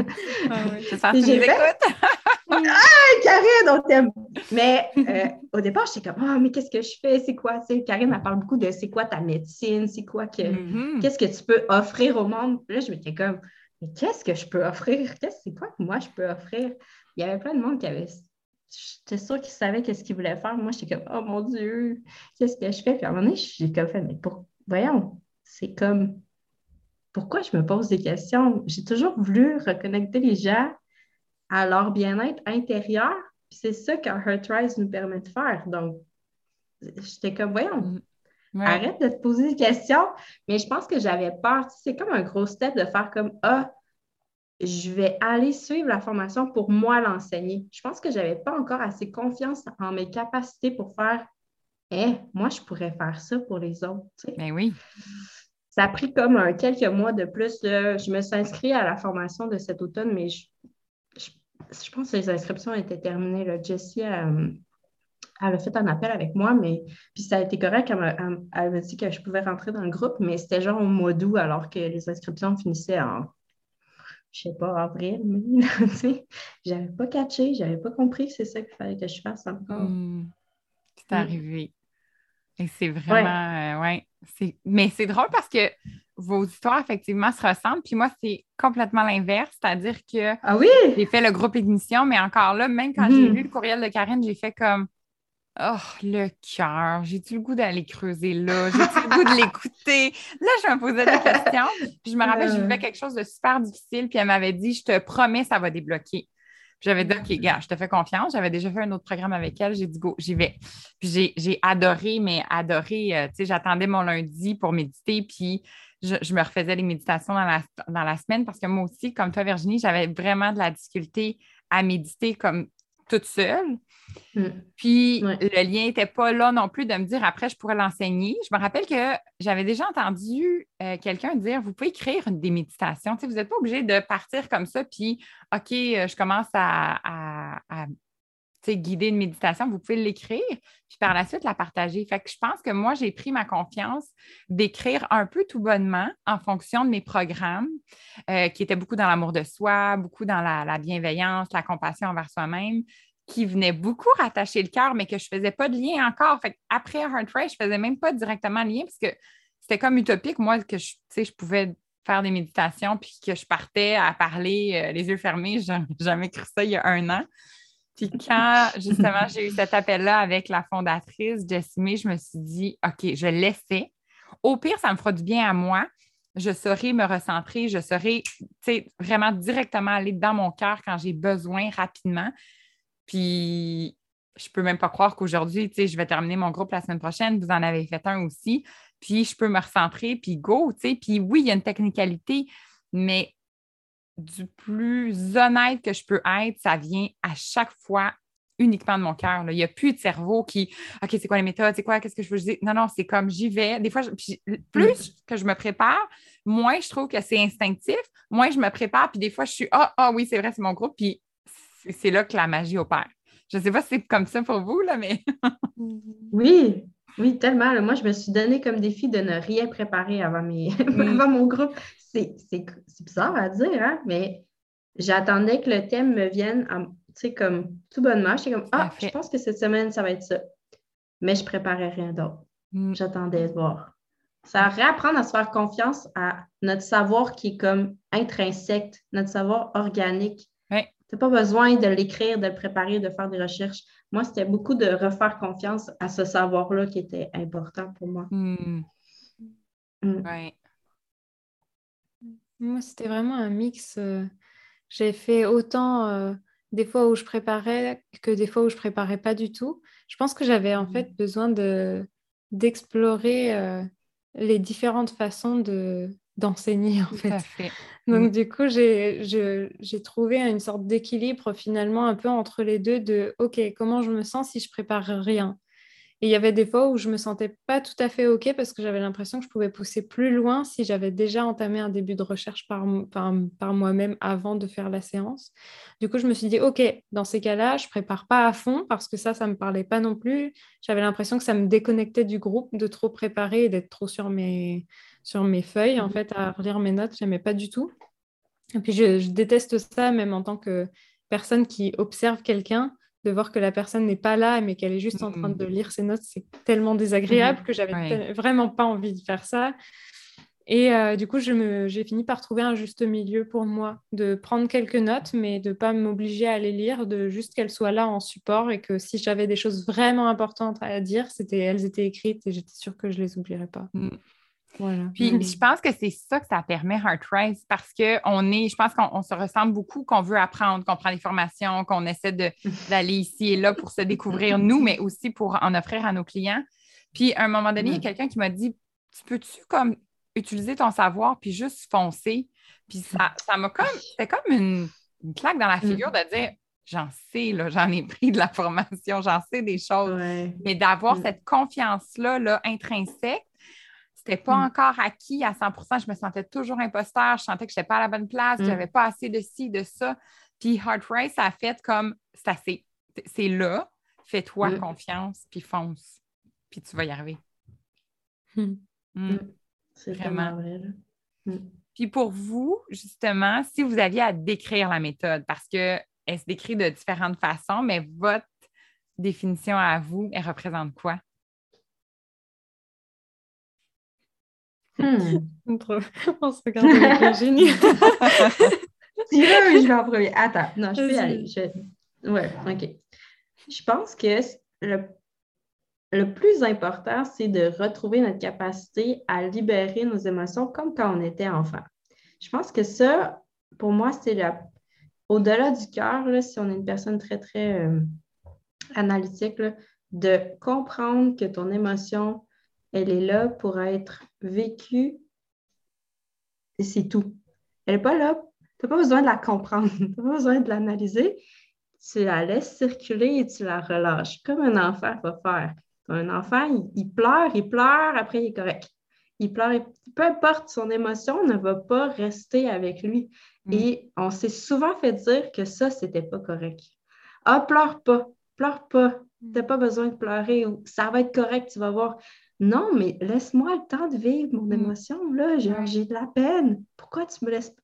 [SPEAKER 1] Ah oui, j'espère que
[SPEAKER 3] Et
[SPEAKER 1] tu nous
[SPEAKER 3] j'ai fait,
[SPEAKER 1] écoutes.
[SPEAKER 3] hey, Karine, on t'aime. Mais euh, au départ, j'étais comme, ah, mais qu'est-ce que je fais? C'est quoi? Tu sais, Karine, elle parle beaucoup de c'est quoi ta médecine? C'est quoi que,
[SPEAKER 1] Mhm.
[SPEAKER 3] qu'est-ce que tu peux offrir au monde? Puis là, je m'étais comme, mais qu'est-ce que je peux offrir? Qu'est-ce, c'est quoi que moi, je peux offrir? Il y avait plein de monde qui avait. J'étais sûre qu'ils savaient qu'est-ce qu'ils voulaient faire. Moi, j'étais comme, oh mon Dieu, qu'est-ce que je fais? Puis à un moment donné, j'ai comme fait, mais pour... voyons, c'est comme, pourquoi je me pose des questions? J'ai toujours voulu reconnecter les gens à leur bien-être intérieur. Puis c'est ça qu'un Heartrise nous permet de faire. Donc, j'étais comme, voyons,
[SPEAKER 1] Mm. Ouais.
[SPEAKER 3] arrête de te poser des questions. Mais je pense que j'avais peur. Tu sais, c'est comme un gros step de faire comme, ah, je vais aller suivre la formation pour moi l'enseigner. Je pense que je n'avais pas encore assez confiance en mes capacités pour faire, eh, moi, je pourrais faire ça pour les autres. Tu sais.
[SPEAKER 1] Ben oui.
[SPEAKER 3] Ça a pris comme un, quelques mois de plus. Là. Je me suis inscrite à la formation de cet automne, mais je, je, je pense que les inscriptions étaient terminées. Là. Jessie, euh, elle a fait un appel avec moi, mais puis ça a été correct. Elle m'a, elle, elle m'a dit que je pouvais rentrer dans le groupe, mais c'était genre au mois d'août, alors que les inscriptions finissaient en, je sais pas, avril, mai. Tu sais. J'avais pas catché, j'avais pas compris que c'est ça qu'il fallait que je fasse encore.
[SPEAKER 1] Mm. C'est
[SPEAKER 3] Mm.
[SPEAKER 1] arrivé. Et c'est vraiment,
[SPEAKER 3] Ouais.
[SPEAKER 1] euh, ouais. C'est... Mais c'est drôle parce que vos histoires, effectivement, se ressemblent. Puis moi, c'est complètement l'inverse. C'est-à-dire que
[SPEAKER 3] Ah oui?
[SPEAKER 1] j'ai fait le groupe Ignition, mais encore là, même quand j'ai lu le
[SPEAKER 3] Mhm.
[SPEAKER 1] courriel de Karine, j'ai fait comme oh, le cœur, j'ai-tu le goût d'aller creuser là? J'ai-tu le goût de l'écouter? Là, je me posais des questions. Puis je me rappelle, je
[SPEAKER 3] Euh,
[SPEAKER 1] vivais quelque chose de super difficile. Puis elle m'avait dit, je te promets, ça va débloquer. Puis j'avais dit, OK, gars, je te fais confiance. J'avais déjà fait un autre programme avec elle. J'ai dit, go, j'y vais. Puis j'ai, j'ai adoré, mais adoré. Euh, tu sais, j'attendais mon lundi pour méditer. Puis je, je me refaisais les méditations dans la, dans la semaine parce que moi aussi, comme toi, Virginie, j'avais vraiment de la difficulté à méditer comme toute seule.
[SPEAKER 3] mm.
[SPEAKER 1] Puis
[SPEAKER 3] Ouais.
[SPEAKER 1] le lien n'était pas là non plus de me dire après, je pourrais l'enseigner. Je me rappelle que j'avais déjà entendu euh, quelqu'un dire vous pouvez écrire des méditations. Tu sais, vous n'êtes pas obligé de partir comme ça, puis OK, euh, je commence à, à, à tu sais, guider une méditation. Vous pouvez l'écrire, puis par la suite la partager. Fait que je pense que moi, j'ai pris ma confiance d'écrire un peu tout bonnement en fonction de mes programmes, euh, qui étaient beaucoup dans l'amour de soi, beaucoup dans la, la bienveillance, la compassion envers soi-même, qui venaient beaucoup rattacher le cœur, mais que je ne faisais pas de lien encore. Fait après Heart Rate, je ne faisais même pas directement le lien parce que c'était comme utopique, moi, que je, je pouvais faire des méditations puis que je partais à parler euh, les yeux fermés. Je n'ai jamais cru ça il y a un an. Puis quand, justement, j'ai eu cet appel-là avec la fondatrice, Jessimée, je me suis dit, OK, je l'essaie. Au pire, ça me fera du bien à moi. Je saurai me recentrer, je saurai vraiment directement aller dans mon cœur quand j'ai besoin rapidement. Puis, je peux même pas croire qu'aujourd'hui, tu sais, je vais terminer mon groupe la semaine prochaine. Vous en avez fait un aussi. Puis, je peux me recentrer, puis go, tu sais. Puis, oui, il y a une technicalité, mais du plus honnête que je peux être, ça vient à chaque fois uniquement de mon cœur. Là. Il n'y a plus de cerveau qui, OK, c'est quoi les méthodes? C'est quoi? Qu'est-ce que je veux dire? Non, non, c'est comme j'y vais. Des fois, je, puis, plus que je me prépare, moins je trouve que c'est instinctif, moins je me prépare, puis des fois, je suis, ah, ah oui, c'est vrai, c'est mon groupe, puis c'est là que la magie opère. Je ne sais pas si c'est comme ça pour vous, là, mais.
[SPEAKER 3] Oui, oui, tellement. Là. Moi, je me suis donné comme défi de ne rien préparer avant, mes...
[SPEAKER 1] Mm.
[SPEAKER 3] avant mon groupe. C'est, c'est, c'est bizarre à dire, hein? Mais j'attendais que le thème me vienne, tu sais, comme tout bonnement. J'étais comme, ah, je pense que cette semaine, ça va être ça. Mais je préparais rien d'autre.
[SPEAKER 1] Mm.
[SPEAKER 3] J'attendais de voir. Ça a réapprendre à se faire confiance à notre savoir qui est comme intrinsèque, notre savoir organique.
[SPEAKER 1] Ouais.
[SPEAKER 3] Tu n'as pas besoin de l'écrire, de le préparer, de faire des recherches. Moi, c'était beaucoup de refaire confiance à ce savoir-là qui était important pour moi.
[SPEAKER 1] Mm.
[SPEAKER 3] Mm.
[SPEAKER 1] Ouais.
[SPEAKER 2] Moi, c'était vraiment un mix. euh, J'ai fait autant euh, des fois où je préparais que des fois où je préparais pas du tout. Je pense que j'avais en fait besoin de d'explorer euh, les différentes façons de, d'enseigner, en
[SPEAKER 1] Tout
[SPEAKER 2] fait.
[SPEAKER 1] à fait.
[SPEAKER 2] Donc,
[SPEAKER 1] Mm.
[SPEAKER 2] du coup, j'ai, je- j'ai trouvé une sorte d'équilibre finalement un peu entre les deux de, OK, comment je me sens si je prépare rien? Et il y avait des fois où je me sentais pas tout à fait OK parce que j'avais l'impression que je pouvais pousser plus loin si j'avais déjà entamé un début de recherche par, m- par, par moi-même avant de faire la séance. Du coup, je me suis dit, OK, dans ces cas-là, je prépare pas à fond parce que ça, ça me parlait pas non plus. J'avais l'impression que ça me déconnectait du groupe de trop préparer et d'être trop sur mes, sur mes feuilles, en
[SPEAKER 3] Mhm.
[SPEAKER 2] fait, à relire mes notes. J'aimais pas du tout. Et puis, je, je déteste ça, même en tant que personne qui observe quelqu'un, de voir que la personne n'est pas là, mais qu'elle est juste en train
[SPEAKER 1] Mm.
[SPEAKER 2] de lire ses notes. C'est tellement désagréable
[SPEAKER 3] Mhm.
[SPEAKER 2] que j'avais
[SPEAKER 1] Ouais.
[SPEAKER 2] tel- vraiment pas envie de faire ça. Et euh, du coup, je me, j'ai fini par trouver un juste milieu pour moi, de prendre quelques notes, mais de pas m'obliger à les lire, de juste qu'elles soient là en support et que si j'avais des choses vraiment importantes à dire, c'était, elles étaient écrites et j'étais sûre que je les oublierais pas.
[SPEAKER 1] Mm.
[SPEAKER 2] Voilà.
[SPEAKER 1] Puis
[SPEAKER 3] Mm.
[SPEAKER 1] je pense que c'est ça que ça permet Heart Race parce qu'on est, je pense qu'on on se ressemble beaucoup, qu'on veut apprendre, qu'on prend des formations, qu'on essaie de, d'aller ici et là pour se découvrir nous, mais aussi pour en offrir à nos clients. Puis à un moment donné, il y a
[SPEAKER 3] Mhm.
[SPEAKER 1] quelqu'un qui m'a dit, tu peux-tu comme utiliser ton savoir puis juste foncer? Puis ça, ça m'a comme, c'était comme une, une claque dans la figure
[SPEAKER 3] Mm.
[SPEAKER 1] de dire, j'en sais, là, j'en ai pris de la formation, j'en sais des choses,
[SPEAKER 3] Ouais.
[SPEAKER 1] mais d'avoir
[SPEAKER 3] Mm.
[SPEAKER 1] cette confiance-là, là, intrinsèque, c'était pas
[SPEAKER 2] Mm.
[SPEAKER 1] encore acquis à cent pour cent. Je me sentais toujours imposteur. Je sentais que je n'étais pas à la bonne place, que je
[SPEAKER 3] Mm.
[SPEAKER 1] n'avais pas assez de ci, de ça. Puis Heart Race, ça a fait comme c'est assez. C'est là. Fais-toi
[SPEAKER 3] Mm.
[SPEAKER 1] confiance, puis fonce. Puis tu vas y arriver.
[SPEAKER 2] Mm.
[SPEAKER 1] Mm,
[SPEAKER 3] Mm. C'est
[SPEAKER 1] vraiment.
[SPEAKER 3] tellement vrai, là. Mm.
[SPEAKER 1] Puis pour vous, justement, si vous aviez à décrire la méthode, parce qu'elle se décrit de différentes façons, mais votre définition à vous, elle représente quoi?
[SPEAKER 3] Hmm.
[SPEAKER 2] Trop- On se regarde avec Virginie.
[SPEAKER 3] Tu veux, oui, je vais en premier. Attends, non, je peux y aller.
[SPEAKER 2] Vas-y.
[SPEAKER 3] Je... Ouais, OK. Je pense que le, le plus important, c'est de retrouver notre capacité à libérer nos émotions comme quand on était enfant. Je pense que ça, pour moi, c'est la... au-delà du cœur, là, si on est une personne très, très euh, analytique, là, de comprendre que ton émotion, elle est là pour être vécue et c'est tout. Elle n'est pas là. Tu n'as pas besoin de la comprendre. Tu n'as pas besoin de l'analyser. Tu la laisses circuler et tu la relâches, comme un enfant va faire. Un enfant, il, il pleure, il pleure, après il est correct. Il pleure, il- peu importe, son émotion ne va pas rester avec lui.
[SPEAKER 1] Mm.
[SPEAKER 3] Et on s'est souvent fait dire que ça, c'était pas correct. Ah, pleure pas, pleure pas. Tu n'as pas besoin de pleurer ou ça va être correct, tu vas voir. Non, mais laisse-moi le temps de vivre mon
[SPEAKER 1] Mm.
[SPEAKER 3] émotion, là. Genre,
[SPEAKER 1] Ouais.
[SPEAKER 3] j'ai de la peine. Pourquoi tu me laisses...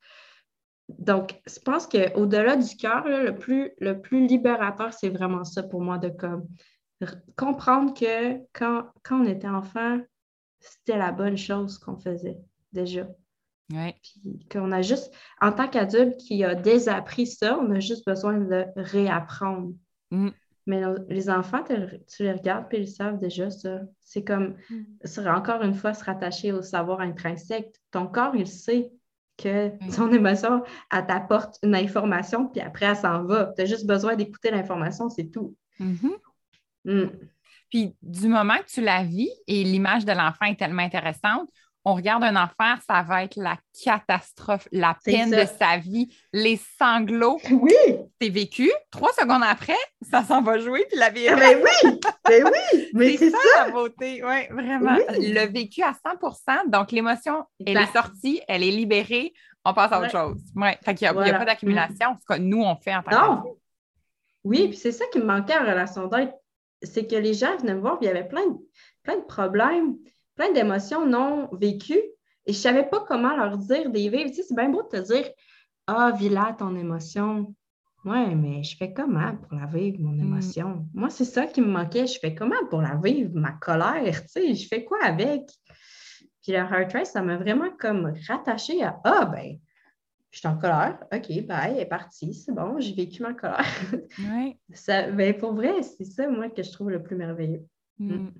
[SPEAKER 3] Donc, je pense qu'au-delà du cœur, là, le plus, le plus libérateur, c'est vraiment ça pour moi, de comme, r- comprendre que quand, quand on était enfant, c'était la bonne chose qu'on faisait déjà.
[SPEAKER 1] Ouais.
[SPEAKER 3] Puis qu'on a juste, en tant qu'adulte qui a désappris ça, on a juste besoin de le réapprendre.
[SPEAKER 1] Mm.
[SPEAKER 3] Mais nos- les enfants, tu, le- tu les regardes puis ils savent déjà ça. C'est comme,
[SPEAKER 2] Mm.
[SPEAKER 3] c'est encore une fois, se rattacher au savoir intrinsèque. Ton corps, il sait que
[SPEAKER 1] Ouais.
[SPEAKER 3] ton émotion, elle t'apporte une information, puis après, elle s'en va. Tu as juste besoin d'écouter l'information, c'est tout.
[SPEAKER 1] Mhm.
[SPEAKER 3] Mm.
[SPEAKER 1] Puis du moment que tu la vis et l'image de l'enfant est tellement intéressante, on regarde un enfant, ça va être la catastrophe, la
[SPEAKER 3] C'est
[SPEAKER 1] peine de
[SPEAKER 3] ça.
[SPEAKER 1] sa vie, les sanglots.
[SPEAKER 3] Oui!
[SPEAKER 1] C'est vécu. Trois secondes après, ça s'en va jouer, puis la vie est
[SPEAKER 3] Ah
[SPEAKER 1] belle.
[SPEAKER 3] ben oui! Ben oui! Mais
[SPEAKER 1] C'est
[SPEAKER 3] c'est
[SPEAKER 1] ça
[SPEAKER 3] ça!
[SPEAKER 1] la beauté, oui, vraiment.
[SPEAKER 3] Oui!
[SPEAKER 1] Le vécu à cent pour cent, donc l'émotion, elle est
[SPEAKER 3] Exact.
[SPEAKER 1] sortie, elle est libérée, on passe à autre
[SPEAKER 3] Ouais.
[SPEAKER 1] chose. Ouais. Fait qu'il n'y a, il y a pas
[SPEAKER 3] Voilà. Mm.
[SPEAKER 1] d'accumulation, ce que nous, on fait en tant qu'adultes.
[SPEAKER 3] Non! Oui, puis c'est ça qui me manquait en relation d'aide, c'est que les gens venaient me voir, puis il y avait plein de, plein de problèmes, plein d'émotions non vécues, et je ne savais pas comment leur dire des vivre. Tu sais, c'est bien beau de te dire, ah, vis là ton émotion. Ouais, mais je fais comment pour la vivre, mon
[SPEAKER 1] Mm.
[SPEAKER 3] émotion? Moi, c'est ça qui me manquait. Je fais comment pour la vivre, ma colère? Tu sais, je fais quoi avec? Puis le Heart Race, ça m'a vraiment comme rattaché à, ah, ben, je suis en colère. OK, bye, elle est partie. C'est bon, j'ai vécu ma colère.
[SPEAKER 1] Ouais.
[SPEAKER 3] Ça, ben, pour vrai, c'est ça, moi, que je trouve le plus merveilleux.
[SPEAKER 1] Mm.
[SPEAKER 3] Mm.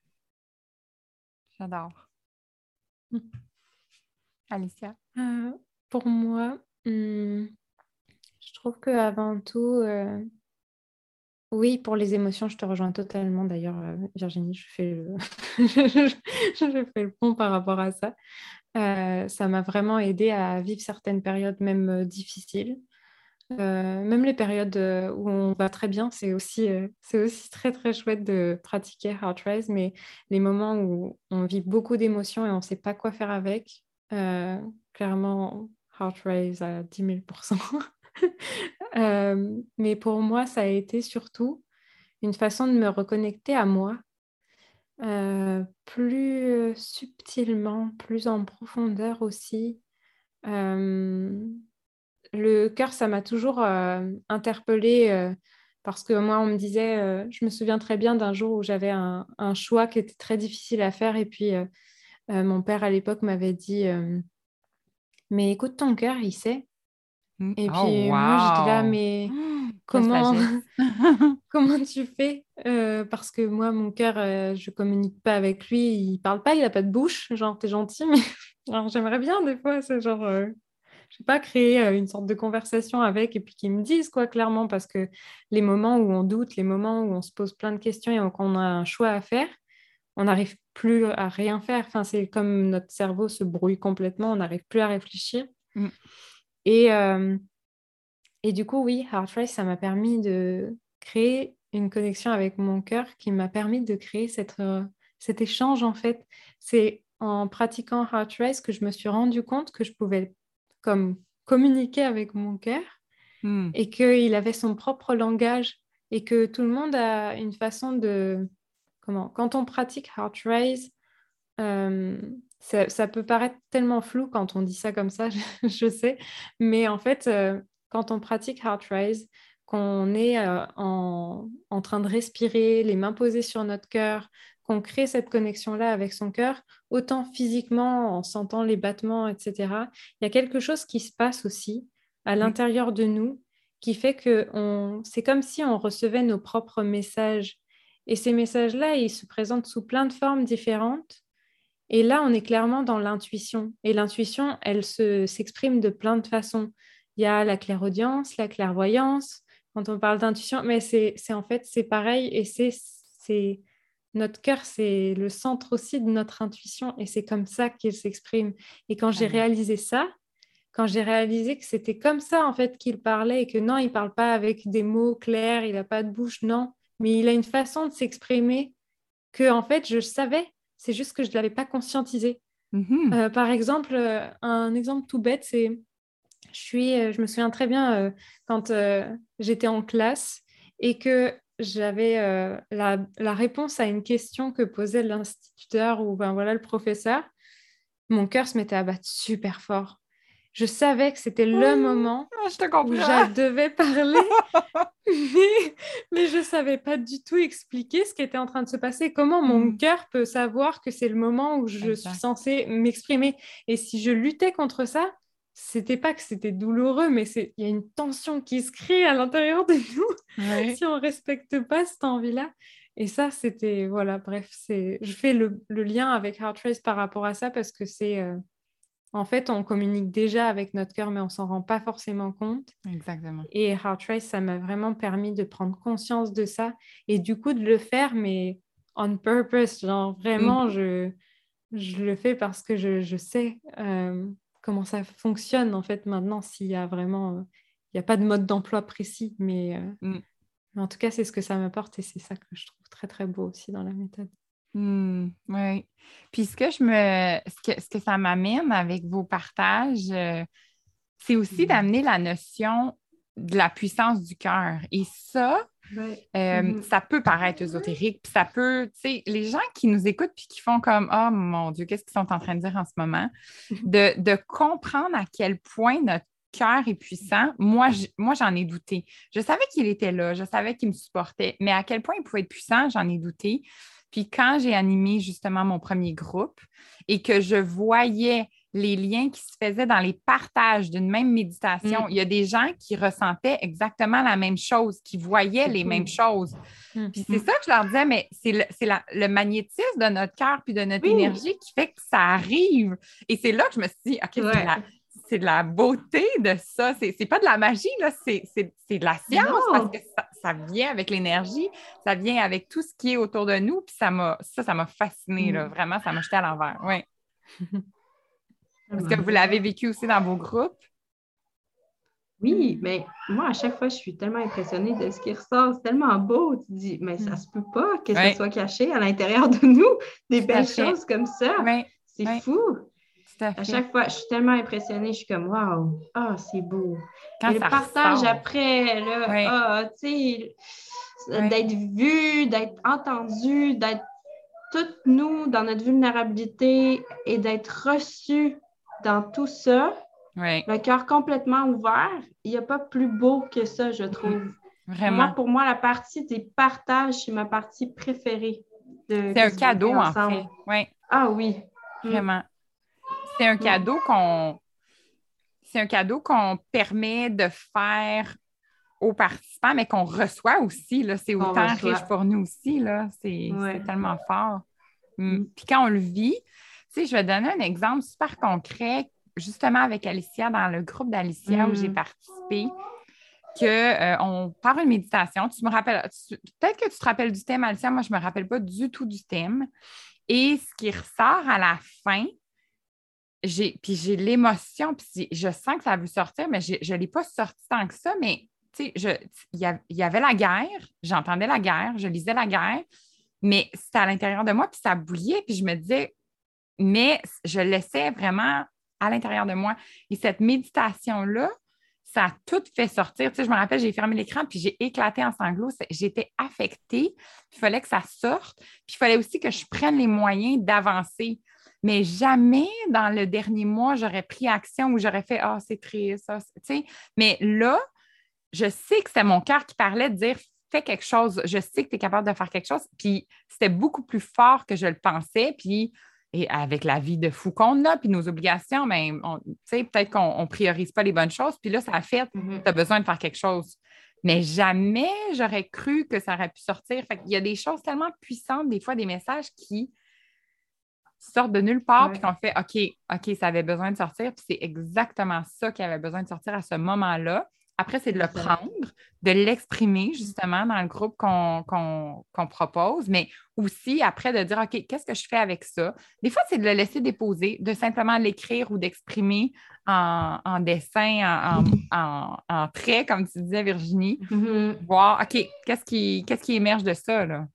[SPEAKER 1] J'adore.
[SPEAKER 2] Mm.
[SPEAKER 1] Alicia?
[SPEAKER 2] Euh, pour moi, hum, je trouve qu'avant tout, euh, Oui, pour les émotions, je te rejoins totalement. D'ailleurs, euh, Virginie, je fais le... je, je fais le pont par rapport à ça. Euh, ça m'a vraiment aidé à vivre certaines périodes même euh, difficiles. Euh, même les périodes euh, où on va très bien, c'est aussi, euh, c'est aussi très très chouette de pratiquer Heartrise, mais les moments où on vit beaucoup d'émotions et on ne sait pas quoi faire avec, euh, clairement, Heartrise à dix mille pour cent. Euh, mais pour moi, ça a été surtout une façon de me reconnecter à moi, euh, plus euh, subtilement, plus en profondeur aussi. Euh, le cœur, ça m'a toujours euh, interpellée euh, parce que moi, on me disait, euh, je me souviens très bien d'un jour où j'avais un, un choix qui était très difficile à faire et puis euh, euh, mon père à l'époque m'avait dit, euh, mais écoute ton cœur, il sait.
[SPEAKER 1] Mm.
[SPEAKER 2] Et
[SPEAKER 1] Oh,
[SPEAKER 2] puis moi, j'étais là,
[SPEAKER 1] wow!
[SPEAKER 2] mais
[SPEAKER 1] Oh, quelle
[SPEAKER 2] comment,
[SPEAKER 1] sagesse!
[SPEAKER 2] comment tu fais? Euh, parce que moi, mon cœur, euh, je communique pas avec lui, il parle pas, il a pas de bouche. Genre, t'es gentil, mais alors, j'aimerais bien des fois, c'est genre, euh, je sais pas, créer euh, une sorte de conversation avec et puis qu'ils me disent quoi, clairement, parce que les moments où on doute, les moments où on se pose plein de questions et qu'on a un choix à faire, on n'arrive plus à rien faire. Enfin, c'est comme notre cerveau se brouille complètement, on n'arrive plus à réfléchir.
[SPEAKER 1] Mm.
[SPEAKER 2] Et, euh, et du coup, oui, Heartrise, ça m'a permis de créer une connexion avec mon cœur qui m'a permis de créer cette, euh, cet échange, en fait. C'est en pratiquant Heartrise que je me suis rendu compte que je pouvais comme communiquer avec mon cœur
[SPEAKER 1] Mm.
[SPEAKER 2] et qu'il avait son propre langage et que tout le monde a une façon de... Comment? Quand on pratique Heartrise, euh, ça, ça peut paraître tellement flou quand on dit ça comme ça, je, je sais, mais en fait, euh, quand on pratique Heartrise, qu'on est euh, en, en train de respirer, les mains posées sur notre cœur, qu'on crée cette connexion-là avec son cœur, autant physiquement, en sentant les battements, et cetera, il y a quelque chose qui se passe aussi à
[SPEAKER 1] Mm.
[SPEAKER 2] l'intérieur de nous qui fait que on... c'est comme si on recevait nos propres messages. Et ces messages-là, ils se présentent sous plein de formes différentes. Et là, on est clairement dans l'intuition. Et l'intuition, elle se, s'exprime de plein de façons. Il y a la clairaudience, la clairvoyance, quand on parle d'intuition, mais c'est, c'est en fait, c'est pareil. Et c'est, c'est notre cœur, c'est le centre aussi de notre intuition. Et c'est comme ça qu'il s'exprime. Et quand j'ai
[SPEAKER 1] Vraiment.
[SPEAKER 2] réalisé ça, quand j'ai réalisé que c'était comme ça, en fait, qu'il parlait et que non, il ne parle pas avec des mots clairs, il n'a pas de bouche, non. Mais il a une façon de s'exprimer que, en fait, je savais. C'est juste que je ne l'avais pas conscientisé.
[SPEAKER 1] Mhm.
[SPEAKER 2] Euh, par exemple, euh, un exemple tout bête, c'est, je suis, euh, je me souviens très bien euh, quand euh, j'étais en classe et que j'avais euh, la, la réponse à une question que posait l'instituteur ou ben voilà le professeur. Mon cœur se mettait à battre super fort. Je savais que c'était le moment
[SPEAKER 1] Ah, je te
[SPEAKER 2] où
[SPEAKER 1] comprends.
[SPEAKER 2] je devais parler, mais, mais je ne savais pas du tout expliquer ce qui était en train de se passer, comment mon
[SPEAKER 1] Mm.
[SPEAKER 2] cœur peut savoir que c'est le moment où je suis
[SPEAKER 1] Exact.
[SPEAKER 2] censée m'exprimer. Et si je luttais contre ça, c'était pas que c'était douloureux, mais c'est il y a une tension qui se crée à l'intérieur de nous
[SPEAKER 1] Oui.
[SPEAKER 2] si on respecte pas cette envie-là. Et ça, c'était, voilà, bref, c'est, je fais le, le lien avec Heartrise par rapport à ça parce que c'est, euh, en fait, on communique déjà avec notre cœur, mais on s'en rend pas forcément compte.
[SPEAKER 1] Exactement.
[SPEAKER 2] Et Heartrise, ça m'a vraiment permis de prendre conscience de ça et du coup de le faire, mais on purpose. Genre vraiment,
[SPEAKER 1] Mhm.
[SPEAKER 2] je, je le fais parce que je, je sais euh, comment ça fonctionne en fait maintenant, s'il y a vraiment... euh, il n'y a pas de mode d'emploi précis, mais, euh,
[SPEAKER 1] Mm.
[SPEAKER 2] mais en tout cas, c'est ce que ça m'apporte et c'est ça que je trouve très, très beau aussi dans la méthode.
[SPEAKER 1] Mm. Oui. Puis ce que je me ce que, ce que ça m'amène avec vos partages, euh, c'est aussi d'amener la notion de la puissance du cœur. Et ça,
[SPEAKER 3] Ouais.
[SPEAKER 1] euh,
[SPEAKER 3] Mhm.
[SPEAKER 1] ça peut paraître ésotérique, puis ça peut, tu sais, les gens qui nous écoutent puis qui font comme, oh mon Dieu, qu'est-ce qu'ils sont en train de dire en ce moment, de, de comprendre à quel point notre cœur est puissant. Moi, j- moi, j'en ai douté. Je savais qu'il était là, je savais qu'il me supportait, mais à quel point il pouvait être puissant, j'en ai douté. Puis quand j'ai animé justement mon premier groupe et que je voyais les liens qui se faisaient dans les partages d'une même méditation,
[SPEAKER 2] Mm.
[SPEAKER 1] il y a des gens qui ressentaient exactement la même chose, qui voyaient
[SPEAKER 3] C'est
[SPEAKER 1] les mêmes
[SPEAKER 3] fou.
[SPEAKER 1] choses.
[SPEAKER 2] Mm.
[SPEAKER 1] Puis c'est ça que je leur disais, mais c'est le, c'est la- le magnétisme de notre cœur puis de notre
[SPEAKER 3] Oui,
[SPEAKER 1] énergie qui fait que ça arrive. Et c'est là que je me suis dit, OK, c'est de
[SPEAKER 3] ouais.
[SPEAKER 1] la, c'est de la beauté de ça. C'est, c'est pas de la magie, là, c'est, c'est, c'est de la science parce
[SPEAKER 3] Non,
[SPEAKER 1] que ça, ça vient avec l'énergie, ça vient avec tout ce qui est autour de nous, puis ça m'a, ça, ça m'a fascinée, là. Vraiment, ça m'a jeté à l'envers, oui. Est-ce que vous l'avez vécu aussi dans vos groupes?
[SPEAKER 3] Oui, mais moi, à chaque fois, je suis tellement impressionnée de ce qui ressort. C'est tellement beau. Tu te dis, mais ça se peut pas que
[SPEAKER 1] Oui.
[SPEAKER 3] ça soit caché à l'intérieur de nous, des
[SPEAKER 1] Tout à
[SPEAKER 3] belles
[SPEAKER 1] fait.
[SPEAKER 3] choses comme ça.
[SPEAKER 1] Oui.
[SPEAKER 3] C'est
[SPEAKER 1] Oui.
[SPEAKER 3] fou.
[SPEAKER 1] Tout à
[SPEAKER 3] À
[SPEAKER 1] fait.
[SPEAKER 3] chaque fois, je suis tellement impressionnée, je suis comme, waouh, ah, c'est beau.
[SPEAKER 1] Quand
[SPEAKER 3] Et le
[SPEAKER 1] ça
[SPEAKER 3] partage
[SPEAKER 1] ressort.
[SPEAKER 3] après, là,
[SPEAKER 1] Oui.
[SPEAKER 3] ah, tu sais,
[SPEAKER 1] Oui.
[SPEAKER 3] d'être vu, d'être entendu, d'être toutes nous dans notre vulnérabilité et d'être reçus dans tout ça,
[SPEAKER 1] Oui.
[SPEAKER 3] le cœur complètement ouvert, il n'y a pas plus beau que ça, je trouve.
[SPEAKER 1] Vraiment.
[SPEAKER 3] Moi, pour moi, la partie des partages, c'est ma partie préférée. De,
[SPEAKER 1] C'est un
[SPEAKER 3] que ce qu'on
[SPEAKER 1] cadeau,
[SPEAKER 3] fait
[SPEAKER 1] en
[SPEAKER 3] ensemble.
[SPEAKER 1] fait. Oui,
[SPEAKER 3] Ah oui. Mm.
[SPEAKER 1] vraiment. C'est un cadeau qu'on... C'est un cadeau qu'on permet de faire aux participants, mais qu'on reçoit aussi, là. C'est
[SPEAKER 3] On
[SPEAKER 1] autant
[SPEAKER 3] reçoit.
[SPEAKER 1] riche pour nous aussi, là. C'est,
[SPEAKER 3] Ouais.
[SPEAKER 1] c'est tellement fort. Mm.
[SPEAKER 3] Mm.
[SPEAKER 1] Puis quand on le vit, tu sais, je vais donner un exemple super concret, justement avec Alicia, dans le groupe d'Alicia
[SPEAKER 3] Mm.
[SPEAKER 1] où j'ai participé, qu'on euh, part une méditation. Tu me rappelles, tu- peut-être que tu te rappelles du thème, Alicia, moi, je ne me rappelle pas du tout du thème. Et ce qui ressort à la fin, j'ai, puis j'ai l'émotion, puis je sens que ça veut sortir, mais j'ai, je ne l'ai pas sorti tant que ça, mais tu sais, je- il y, a- il y avait la guerre, j'entendais la guerre, je lisais la guerre, mais c'était à l'intérieur de moi, puis ça bouillait, puis je me disais, mais je le laissais vraiment à l'intérieur de moi. Et cette méditation-là, ça a tout fait sortir. Tu sais, je me rappelle, j'ai fermé l'écran, puis j'ai éclaté en sanglots. C'est- J'étais affectée, puis il fallait que ça sorte, puis il fallait aussi que je prenne les moyens d'avancer. Mais jamais dans le dernier mois, j'aurais pris action ou j'aurais fait « Ah, c'est triste, ça. » Tu sais, mais là, je sais que c'est mon cœur qui parlait de dire « Fais quelque chose. Je sais que tu es capable de faire quelque chose. » Puis c'était beaucoup plus fort que je le pensais. Puis et avec la vie de fou qu'on a, puis nos obligations, mais on- tu sais, peut-être qu'on ne priorise pas les bonnes choses. Puis là, ça a fait,
[SPEAKER 3] Mhm.
[SPEAKER 1] tu as besoin de faire quelque chose. Mais jamais j'aurais cru que ça aurait pu sortir. Fait qu'il y a des choses tellement puissantes, des fois, des messages qui sortent de nulle part,
[SPEAKER 3] Ouais.
[SPEAKER 1] puis qu'on fait OK, OK, ça avait besoin de sortir, puis c'est exactement ça qui avait besoin de sortir à ce moment-là. Après, c'est de le
[SPEAKER 3] Exact.
[SPEAKER 1] prendre, de l'exprimer justement dans le groupe qu'on, qu'on, qu'on propose, mais aussi après de dire OK, qu'est-ce que je fais avec ça? Des fois, c'est de le laisser déposer, de simplement l'écrire ou d'exprimer en, en dessin, en, en, en, en trait, comme tu disais, Virginie.
[SPEAKER 3] Mhm.
[SPEAKER 1] Voir OK, qu'est-ce qui, qu'est-ce qui émerge de ça, là?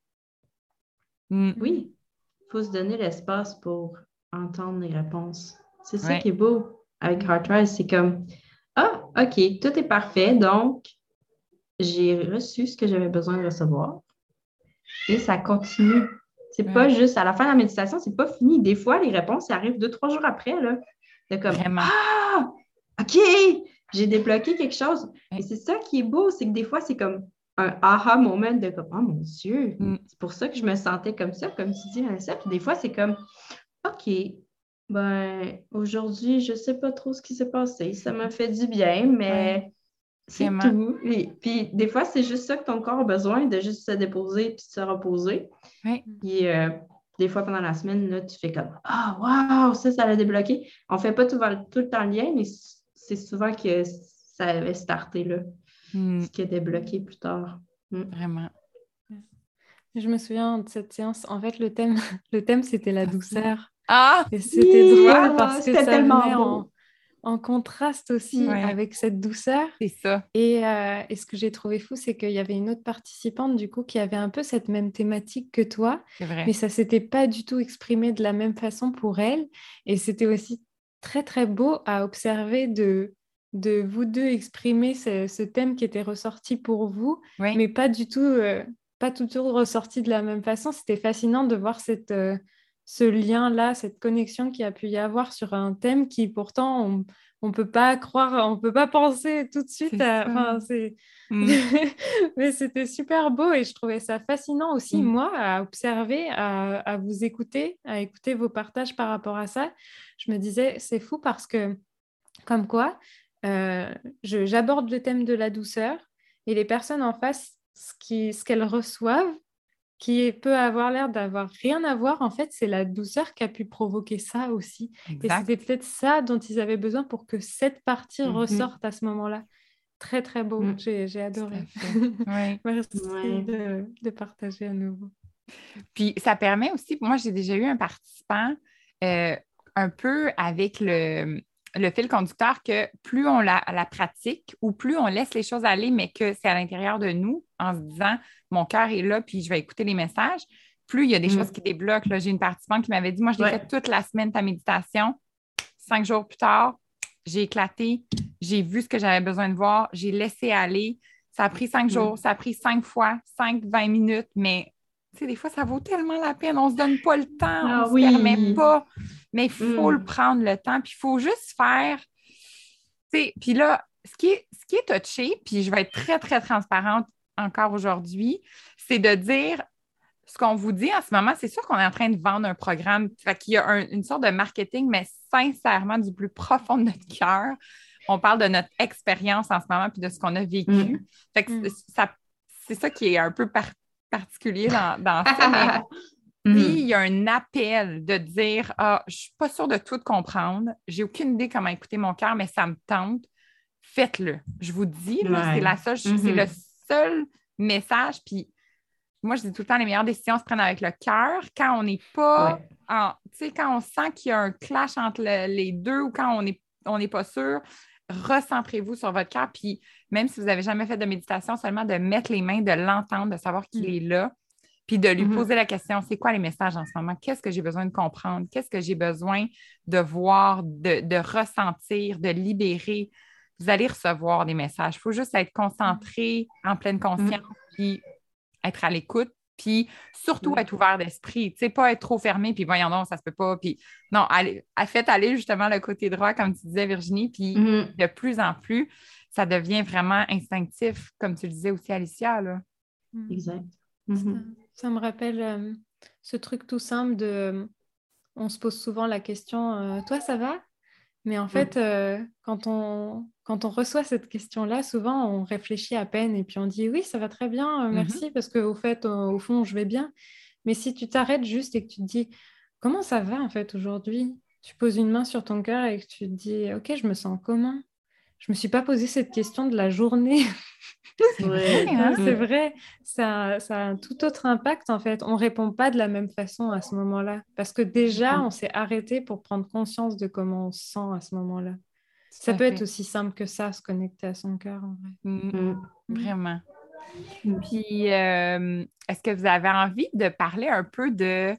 [SPEAKER 1] Mm.
[SPEAKER 3] Oui, il faut se donner l'espace pour entendre les réponses. C'est ça
[SPEAKER 1] Ouais.
[SPEAKER 3] qui est beau avec Heartrise, c'est comme ah, OK, tout est parfait, donc j'ai reçu ce que j'avais besoin de recevoir et ça continue. C'est
[SPEAKER 1] Ouais.
[SPEAKER 3] pas juste à la fin de la méditation, c'est pas fini. Des fois, les réponses elles arrivent deux, trois jours après, là. De comme
[SPEAKER 1] Vraiment.
[SPEAKER 3] ah, OK, j'ai débloqué quelque chose.
[SPEAKER 1] Ouais.
[SPEAKER 3] Et c'est ça qui est beau, c'est que des fois, c'est comme un aha moment de comme oh mon Dieu,
[SPEAKER 1] Mm.
[SPEAKER 3] c'est pour ça que je me sentais comme ça, comme tu dis, Vanessa. Puis des fois, c'est comme OK, ben aujourd'hui, je sais pas trop ce qui s'est passé. Ça m'a fait du bien, mais
[SPEAKER 1] Ouais.
[SPEAKER 3] c'est
[SPEAKER 1] Vraiment.
[SPEAKER 3] tout. Et puis des fois, c'est juste ça que ton corps a besoin, de juste se déposer puis de se reposer.
[SPEAKER 1] Ouais.
[SPEAKER 3] Puis euh, des fois, pendant la semaine, là, tu fais comme ah, wow, ça, ça l'a débloqué. On fait pas tout, tout le temps le lien, mais c'est souvent que ça avait starté là,
[SPEAKER 1] Mm.
[SPEAKER 3] ce qui a débloqué plus tard. Mm.
[SPEAKER 1] Vraiment.
[SPEAKER 2] Je me souviens de cette séance. En fait, le thème, le thème c'était la douceur.
[SPEAKER 1] Ah!
[SPEAKER 2] Et c'était
[SPEAKER 3] Oui,
[SPEAKER 2] drôle
[SPEAKER 3] ah,
[SPEAKER 2] parce que
[SPEAKER 3] c'était
[SPEAKER 2] ça
[SPEAKER 3] tellement
[SPEAKER 2] venait
[SPEAKER 3] beau.
[SPEAKER 2] en, en contraste aussi
[SPEAKER 1] Ouais.
[SPEAKER 2] avec cette douceur.
[SPEAKER 1] C'est ça.
[SPEAKER 2] Et, euh, et ce que j'ai trouvé fou, c'est qu'il y avait une autre participante du coup qui avait un peu cette même thématique que toi,
[SPEAKER 1] C'est vrai.
[SPEAKER 2] mais ça s'était pas du tout exprimé de la même façon pour elle. Et c'était aussi très très beau à observer de, de vous deux exprimer ce, ce thème qui était ressorti pour vous,
[SPEAKER 1] Oui.
[SPEAKER 2] mais pas du tout, euh, pas tout ressorti de la même façon. C'était fascinant de voir cette, euh, ce lien-là, cette connexion qu'il y a pu y avoir sur un thème qui pourtant on on peut pas croire, on peut pas penser tout de suite
[SPEAKER 1] C'est
[SPEAKER 2] à...
[SPEAKER 1] ça.
[SPEAKER 2] Enfin, c'est...
[SPEAKER 1] Mm.
[SPEAKER 2] Mais c'était super beau et je trouvais ça fascinant aussi,
[SPEAKER 1] Mm.
[SPEAKER 2] moi, à observer, à, à vous écouter, à écouter vos partages par rapport à ça. Je me disais, c'est fou parce que, comme quoi, euh, je- j'aborde le thème de la douceur et les personnes en face, ce qui, ce qu'elles reçoivent, qui peut avoir l'air d'avoir rien à voir, en fait, c'est la douceur qui a pu provoquer ça aussi. Et
[SPEAKER 1] Exact.
[SPEAKER 2] c'était peut-être ça dont ils avaient besoin pour que cette partie
[SPEAKER 3] Mhm.
[SPEAKER 2] ressorte à ce moment-là. très, très beau.
[SPEAKER 3] Mm.
[SPEAKER 2] J'ai, j'ai adoré.
[SPEAKER 1] Oui.
[SPEAKER 2] Merci
[SPEAKER 3] Ouais.
[SPEAKER 2] de, de partager à nouveau.
[SPEAKER 1] Puis ça permet aussi, moi j'ai déjà eu un participant euh, un peu avec le, le fil conducteur que plus on la, la pratique ou plus on laisse les choses aller, mais que c'est à l'intérieur de nous en se disant mon cœur est là, puis je vais écouter les messages, plus il y a des
[SPEAKER 3] Mm.
[SPEAKER 1] choses qui débloquent. Là, j'ai une participante qui m'avait dit, moi je l'ai
[SPEAKER 3] Ouais.
[SPEAKER 1] fait toute la semaine ta méditation. Cinq jours plus tard, j'ai éclaté, j'ai vu ce que j'avais besoin de voir, j'ai laissé aller. Ça a pris cinq
[SPEAKER 3] Mm.
[SPEAKER 1] jours, ça a pris cinq fois, cinq, vingt minutes, mais tu sais, des fois, ça vaut tellement la peine. On ne se donne pas le temps,
[SPEAKER 3] Ah
[SPEAKER 1] on ne se
[SPEAKER 3] oui.
[SPEAKER 1] permet pas, mais il faut
[SPEAKER 3] Mm.
[SPEAKER 1] le prendre le temps, puis il faut juste faire. Tu sais, puis là, ce qui est, ce qui est touché, puis je vais être très, très transparente encore aujourd'hui, c'est de dire ce qu'on vous dit en ce moment, c'est sûr qu'on est en train de vendre un programme. Fait qu'il y a un- une sorte de marketing, mais sincèrement, du plus profond de notre cœur. On parle de notre expérience en ce moment puis de ce qu'on a vécu.
[SPEAKER 3] Mm.
[SPEAKER 1] Fait que
[SPEAKER 2] Mm.
[SPEAKER 1] c'est- ça, c'est ça qui est un peu par- particulier dans, dans ça. Mais
[SPEAKER 3] Mm.
[SPEAKER 1] s'il y a un appel de dire Ah, je ne suis pas sûre de tout comprendre, j'ai aucune idée comment écouter mon cœur, mais ça me tente, faites-le. Je vous dis, là,
[SPEAKER 3] Ouais.
[SPEAKER 1] c'est la seule,
[SPEAKER 3] Mhm.
[SPEAKER 1] c'est le seul message. Puis moi, je dis tout le temps, les meilleures décisions se prennent avec le cœur. Quand on n'est pas
[SPEAKER 3] Ouais.
[SPEAKER 1] en. Tu sais, quand on sent qu'il y a un clash entre le- les deux ou quand on n'est on n'est pas sûr, recentrez-vous sur votre cœur. Puis même si vous n'avez jamais fait de méditation, seulement de mettre les mains, de l'entendre, de savoir qu'il
[SPEAKER 2] Mm.
[SPEAKER 1] est là, puis de lui
[SPEAKER 3] Mhm.
[SPEAKER 1] poser la question, c'est quoi les messages en ce moment? Qu'est-ce que j'ai besoin de comprendre? Qu'est-ce que j'ai besoin de voir, de, de ressentir, de libérer? Vous allez recevoir des messages. Il faut juste être concentré, en pleine conscience, puis être à l'écoute, puis surtout
[SPEAKER 3] Mm.
[SPEAKER 1] être ouvert d'esprit. Tu sais, pas être trop fermé, puis voyons donc, ça se peut pas. Puis non, allez, faites aller justement le côté droit, comme tu disais, Virginie, puis
[SPEAKER 3] Mhm.
[SPEAKER 1] de plus en plus, ça devient vraiment instinctif, comme tu le disais aussi, Alicia, là.
[SPEAKER 2] Mm.
[SPEAKER 3] Exact.
[SPEAKER 2] Ça,
[SPEAKER 3] Mhm.
[SPEAKER 2] ça me rappelle euh, ce truc tout simple de... euh, on se pose souvent la question euh, toi, ça va? Mais en fait, euh, quand on, quand on reçoit cette question-là, souvent, on réfléchit à peine et puis on dit oui, ça va très bien, euh,
[SPEAKER 1] Mhm.
[SPEAKER 2] merci, parce qu'au fait, au, au fond, je vais bien. Mais si tu t'arrêtes juste et que tu te dis comment ça va en fait aujourd'hui? Tu poses une main sur ton cœur et que tu te dis ok, je me sens comment? Je me suis pas posé cette question de la journée.
[SPEAKER 1] C'est
[SPEAKER 3] Ouais.
[SPEAKER 1] vrai, hein?
[SPEAKER 2] Non, c'est vrai, ça, ça a un tout autre impact en fait. On répond pas de la même façon à ce moment-là parce que déjà,
[SPEAKER 3] Mhm.
[SPEAKER 2] on s'est arrêté pour prendre conscience de comment on se sent à ce moment-là.
[SPEAKER 1] Tout
[SPEAKER 2] Ça
[SPEAKER 1] à
[SPEAKER 2] peut être
[SPEAKER 1] fait.
[SPEAKER 2] aussi simple que ça, se connecter à son cœur en vrai.
[SPEAKER 1] Mm,
[SPEAKER 3] Mm.
[SPEAKER 1] vraiment.
[SPEAKER 3] Mm.
[SPEAKER 1] Puis, euh, est-ce que vous avez envie de parler un peu de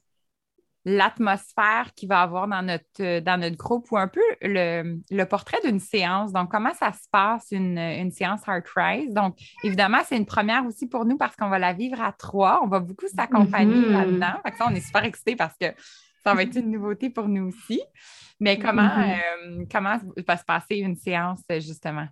[SPEAKER 1] l'atmosphère qu'il va y avoir dans notre, euh, dans notre groupe ou un peu le, le portrait d'une séance? Donc, comment ça se passe, une, une séance Heart Rise? Donc, évidemment, c'est une première aussi pour nous parce qu'on va la vivre à trois. On va beaucoup s'accompagner
[SPEAKER 3] Mhm.
[SPEAKER 1] là-dedans. Fait que ça, on est super excités parce que ça va être une nouveauté pour nous aussi. Mais comment,
[SPEAKER 3] Mhm.
[SPEAKER 1] euh, comment va se passer une séance, justement?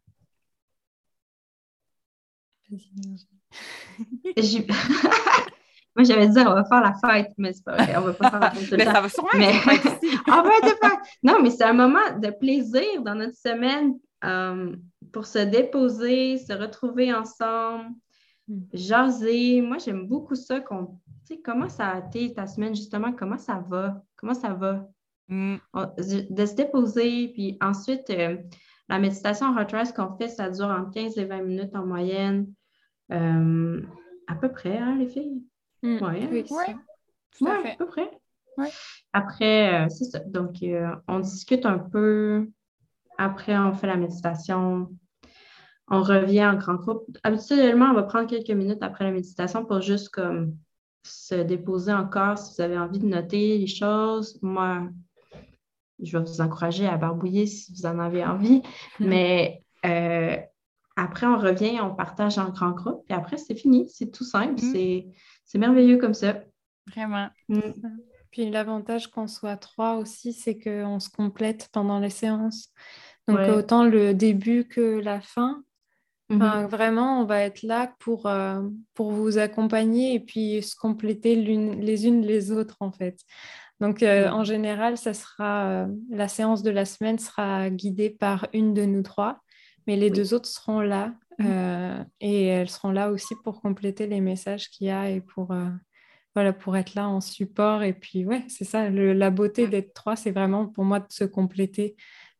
[SPEAKER 3] J'ai- Moi, j'allais dire, on va faire la fête, mais c'est pas vrai, on va pas faire la fête tout le
[SPEAKER 1] Mais
[SPEAKER 3] temps.
[SPEAKER 1] ça va sûrement
[SPEAKER 3] Mais...
[SPEAKER 1] être une fête aussi.
[SPEAKER 3] on va être de fête. Non, mais c'est un moment de plaisir dans notre semaine euh, pour se déposer, se retrouver ensemble,
[SPEAKER 2] Mm.
[SPEAKER 3] jaser. Moi, j'aime beaucoup ça. Qu'on... Tu sais, comment ça a été ta semaine, justement? Comment ça va? Comment ça va?
[SPEAKER 1] Mm.
[SPEAKER 3] On- de se déposer, puis ensuite, euh, la méditation Heart Rise qu'on fait, ça dure entre quinze et vingt minutes en moyenne. Euh, à peu près, hein, les filles?
[SPEAKER 2] Mm.
[SPEAKER 3] Ouais,
[SPEAKER 2] Oui,
[SPEAKER 1] Oui,
[SPEAKER 2] ça.
[SPEAKER 1] tout à
[SPEAKER 3] ouais, à
[SPEAKER 1] fait.
[SPEAKER 3] peu près.
[SPEAKER 1] Oui.
[SPEAKER 3] Après, euh, c'est ça. Donc, euh, on discute un peu. Après, on fait la méditation. On revient en grand groupe. Habituellement, on va prendre quelques minutes après la méditation pour juste comme se déposer encore si vous avez envie de noter les choses. Moi, je vais vous encourager à barbouiller si vous en avez envie. Mais euh, après, on revient, on partage en grand groupe. Puis après, c'est fini. C'est tout simple.
[SPEAKER 1] Mm.
[SPEAKER 3] C'est, c'est merveilleux comme ça.
[SPEAKER 1] Vraiment.
[SPEAKER 3] Mm.
[SPEAKER 2] Puis l'avantage qu'on soit trois aussi, c'est qu'on se complète pendant les séances. Donc
[SPEAKER 3] Ouais.
[SPEAKER 2] autant le début que la fin.
[SPEAKER 3] Mhm.
[SPEAKER 2] Enfin, vraiment, on va être là pour, euh, pour vous accompagner et puis se compléter l'une, les unes les autres, en fait. Donc, euh,
[SPEAKER 3] Mm.
[SPEAKER 2] en général, ça sera, euh, la séance de la semaine sera guidée par une de nous trois, mais les
[SPEAKER 3] Oui.
[SPEAKER 2] deux autres seront là euh, et elles seront là aussi pour compléter les messages qu'il y a et pour, euh, voilà, pour être là en support. Et puis, ouais, c'est ça, le- la beauté d'être trois, c'est vraiment pour moi de se compléter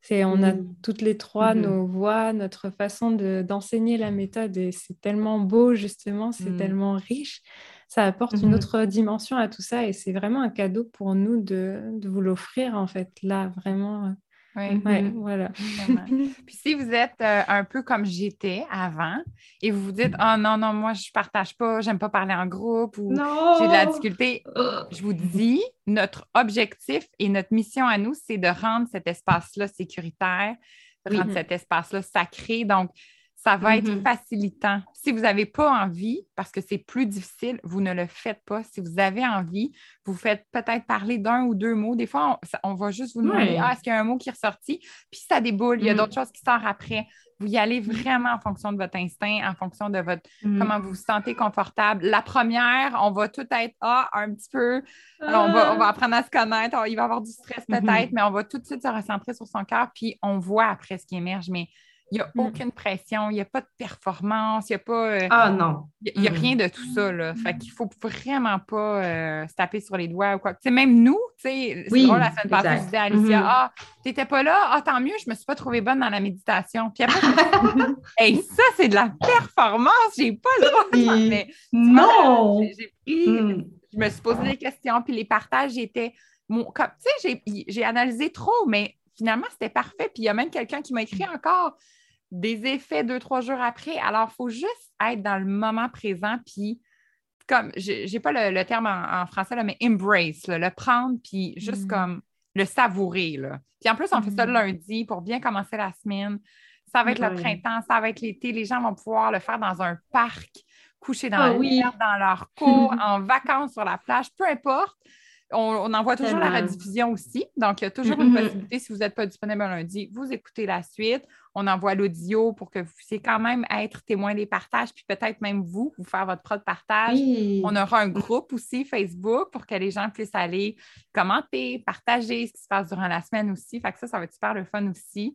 [SPEAKER 2] C'est, on a
[SPEAKER 3] Mm.
[SPEAKER 2] toutes les trois
[SPEAKER 3] Mhm.
[SPEAKER 2] nos voix, notre façon de, d'enseigner la méthode et c'est tellement beau justement, c'est
[SPEAKER 1] Mm.
[SPEAKER 2] tellement riche. Ça apporte une
[SPEAKER 3] Mhm.
[SPEAKER 2] autre dimension à tout ça et c'est vraiment un cadeau pour nous de, de vous l'offrir en fait, là, vraiment.
[SPEAKER 1] Oui,
[SPEAKER 2] Ouais,
[SPEAKER 3] Mhm.
[SPEAKER 2] voilà.
[SPEAKER 1] vraiment. Puis si vous êtes euh, un peu comme j'étais avant et vous vous dites, oh non, non, moi, je partage pas, j'aime pas parler en groupe ou j'ai de la
[SPEAKER 3] Non!
[SPEAKER 1] difficulté,
[SPEAKER 3] Oh.
[SPEAKER 1] je vous dis, notre objectif et notre mission à nous, c'est de rendre cet espace-là sécuritaire, de rendre
[SPEAKER 3] Oui.
[SPEAKER 1] cet espace-là sacré. Donc, ça va être
[SPEAKER 3] Mhm.
[SPEAKER 1] facilitant. Si vous n'avez pas envie, parce que c'est plus difficile, vous ne le faites pas. Si vous avez envie, vous faites peut-être parler d'un ou deux mots. Des fois, on, ça- on va juste vous demander,
[SPEAKER 3] Ouais.
[SPEAKER 1] ah, est-ce qu'il y a un mot qui est ressorti? Puis ça déboule, il y a
[SPEAKER 3] Mhm.
[SPEAKER 1] d'autres choses qui sortent après. Vous y allez vraiment en fonction de votre instinct, en fonction de votre
[SPEAKER 3] Mhm.
[SPEAKER 1] comment vous vous sentez confortable. La première, on va tout être ah, un petit peu. Alors, on va, on va
[SPEAKER 3] Ah.
[SPEAKER 1] apprendre à se connaître. On- il va y avoir du stress peut-être,
[SPEAKER 3] Mhm.
[SPEAKER 1] mais on va tout de suite se recentrer sur son cœur, puis on voit après ce qui émerge. Mais il n'y a
[SPEAKER 2] Mm.
[SPEAKER 1] aucune pression, il n'y a pas de performance, il n'y a pas. euh,
[SPEAKER 3] Ah non.
[SPEAKER 1] il n'y a,
[SPEAKER 3] Mhm.
[SPEAKER 1] rien de tout ça, là. Fait qu'il faut vraiment pas euh, se taper sur les doigts ou quoi. Tu sais, même nous, tu sais, c'est drôle,
[SPEAKER 3] Oui,
[SPEAKER 1] la semaine passée, je
[SPEAKER 3] exact.
[SPEAKER 1] disais à Alicia,
[SPEAKER 3] Mhm.
[SPEAKER 1] ah, t'étais pas là, ah, tant mieux, je me suis pas trouvée bonne dans la méditation. Puis après, je me suis dit, hey, ça, c'est de la performance, j'ai pas le droit. de-
[SPEAKER 3] Et
[SPEAKER 1] Mais tu vois, là,
[SPEAKER 3] non!
[SPEAKER 1] j'ai j'ai pris,
[SPEAKER 3] Mhm.
[SPEAKER 1] je me suis posé des questions, puis les partages étaient, mon, comme, tu sais, j'ai, j'ai analysé trop, mais finalement, c'était parfait. Puis il y a même quelqu'un qui m'a écrit encore des effets deux, trois jours après. Alors, il faut juste être dans le moment présent, puis comme, j'ai j'ai pas le, le terme en, en français, là, mais embrace, là, le prendre, puis juste
[SPEAKER 2] Mm.
[SPEAKER 1] comme le savourer. Là. Puis en plus, on fait ça le
[SPEAKER 2] Mm.
[SPEAKER 1] lundi pour bien commencer la semaine. Ça va être le
[SPEAKER 3] Ouais.
[SPEAKER 1] printemps, ça va être l'été. Les gens vont pouvoir le faire dans un parc, coucher dans
[SPEAKER 3] Ah
[SPEAKER 1] l'herbe,
[SPEAKER 3] oui.
[SPEAKER 1] dans leur cours, en vacances sur la plage, peu importe. On, on envoie toujours la
[SPEAKER 3] Tellement.
[SPEAKER 1] rediffusion aussi. Donc, il y a toujours une
[SPEAKER 3] Mhm.
[SPEAKER 1] possibilité, si vous n'êtes pas disponible un lundi, vous écoutez la suite. On envoie l'audio pour que vous puissiez quand même être témoin des partages, puis peut-être même vous, vous faire votre propre partage.
[SPEAKER 3] Oui.
[SPEAKER 1] On aura un groupe aussi, Facebook, pour que les gens puissent aller commenter, partager ce qui se passe durant la semaine aussi. Fait que ça, ça va être super le fun aussi.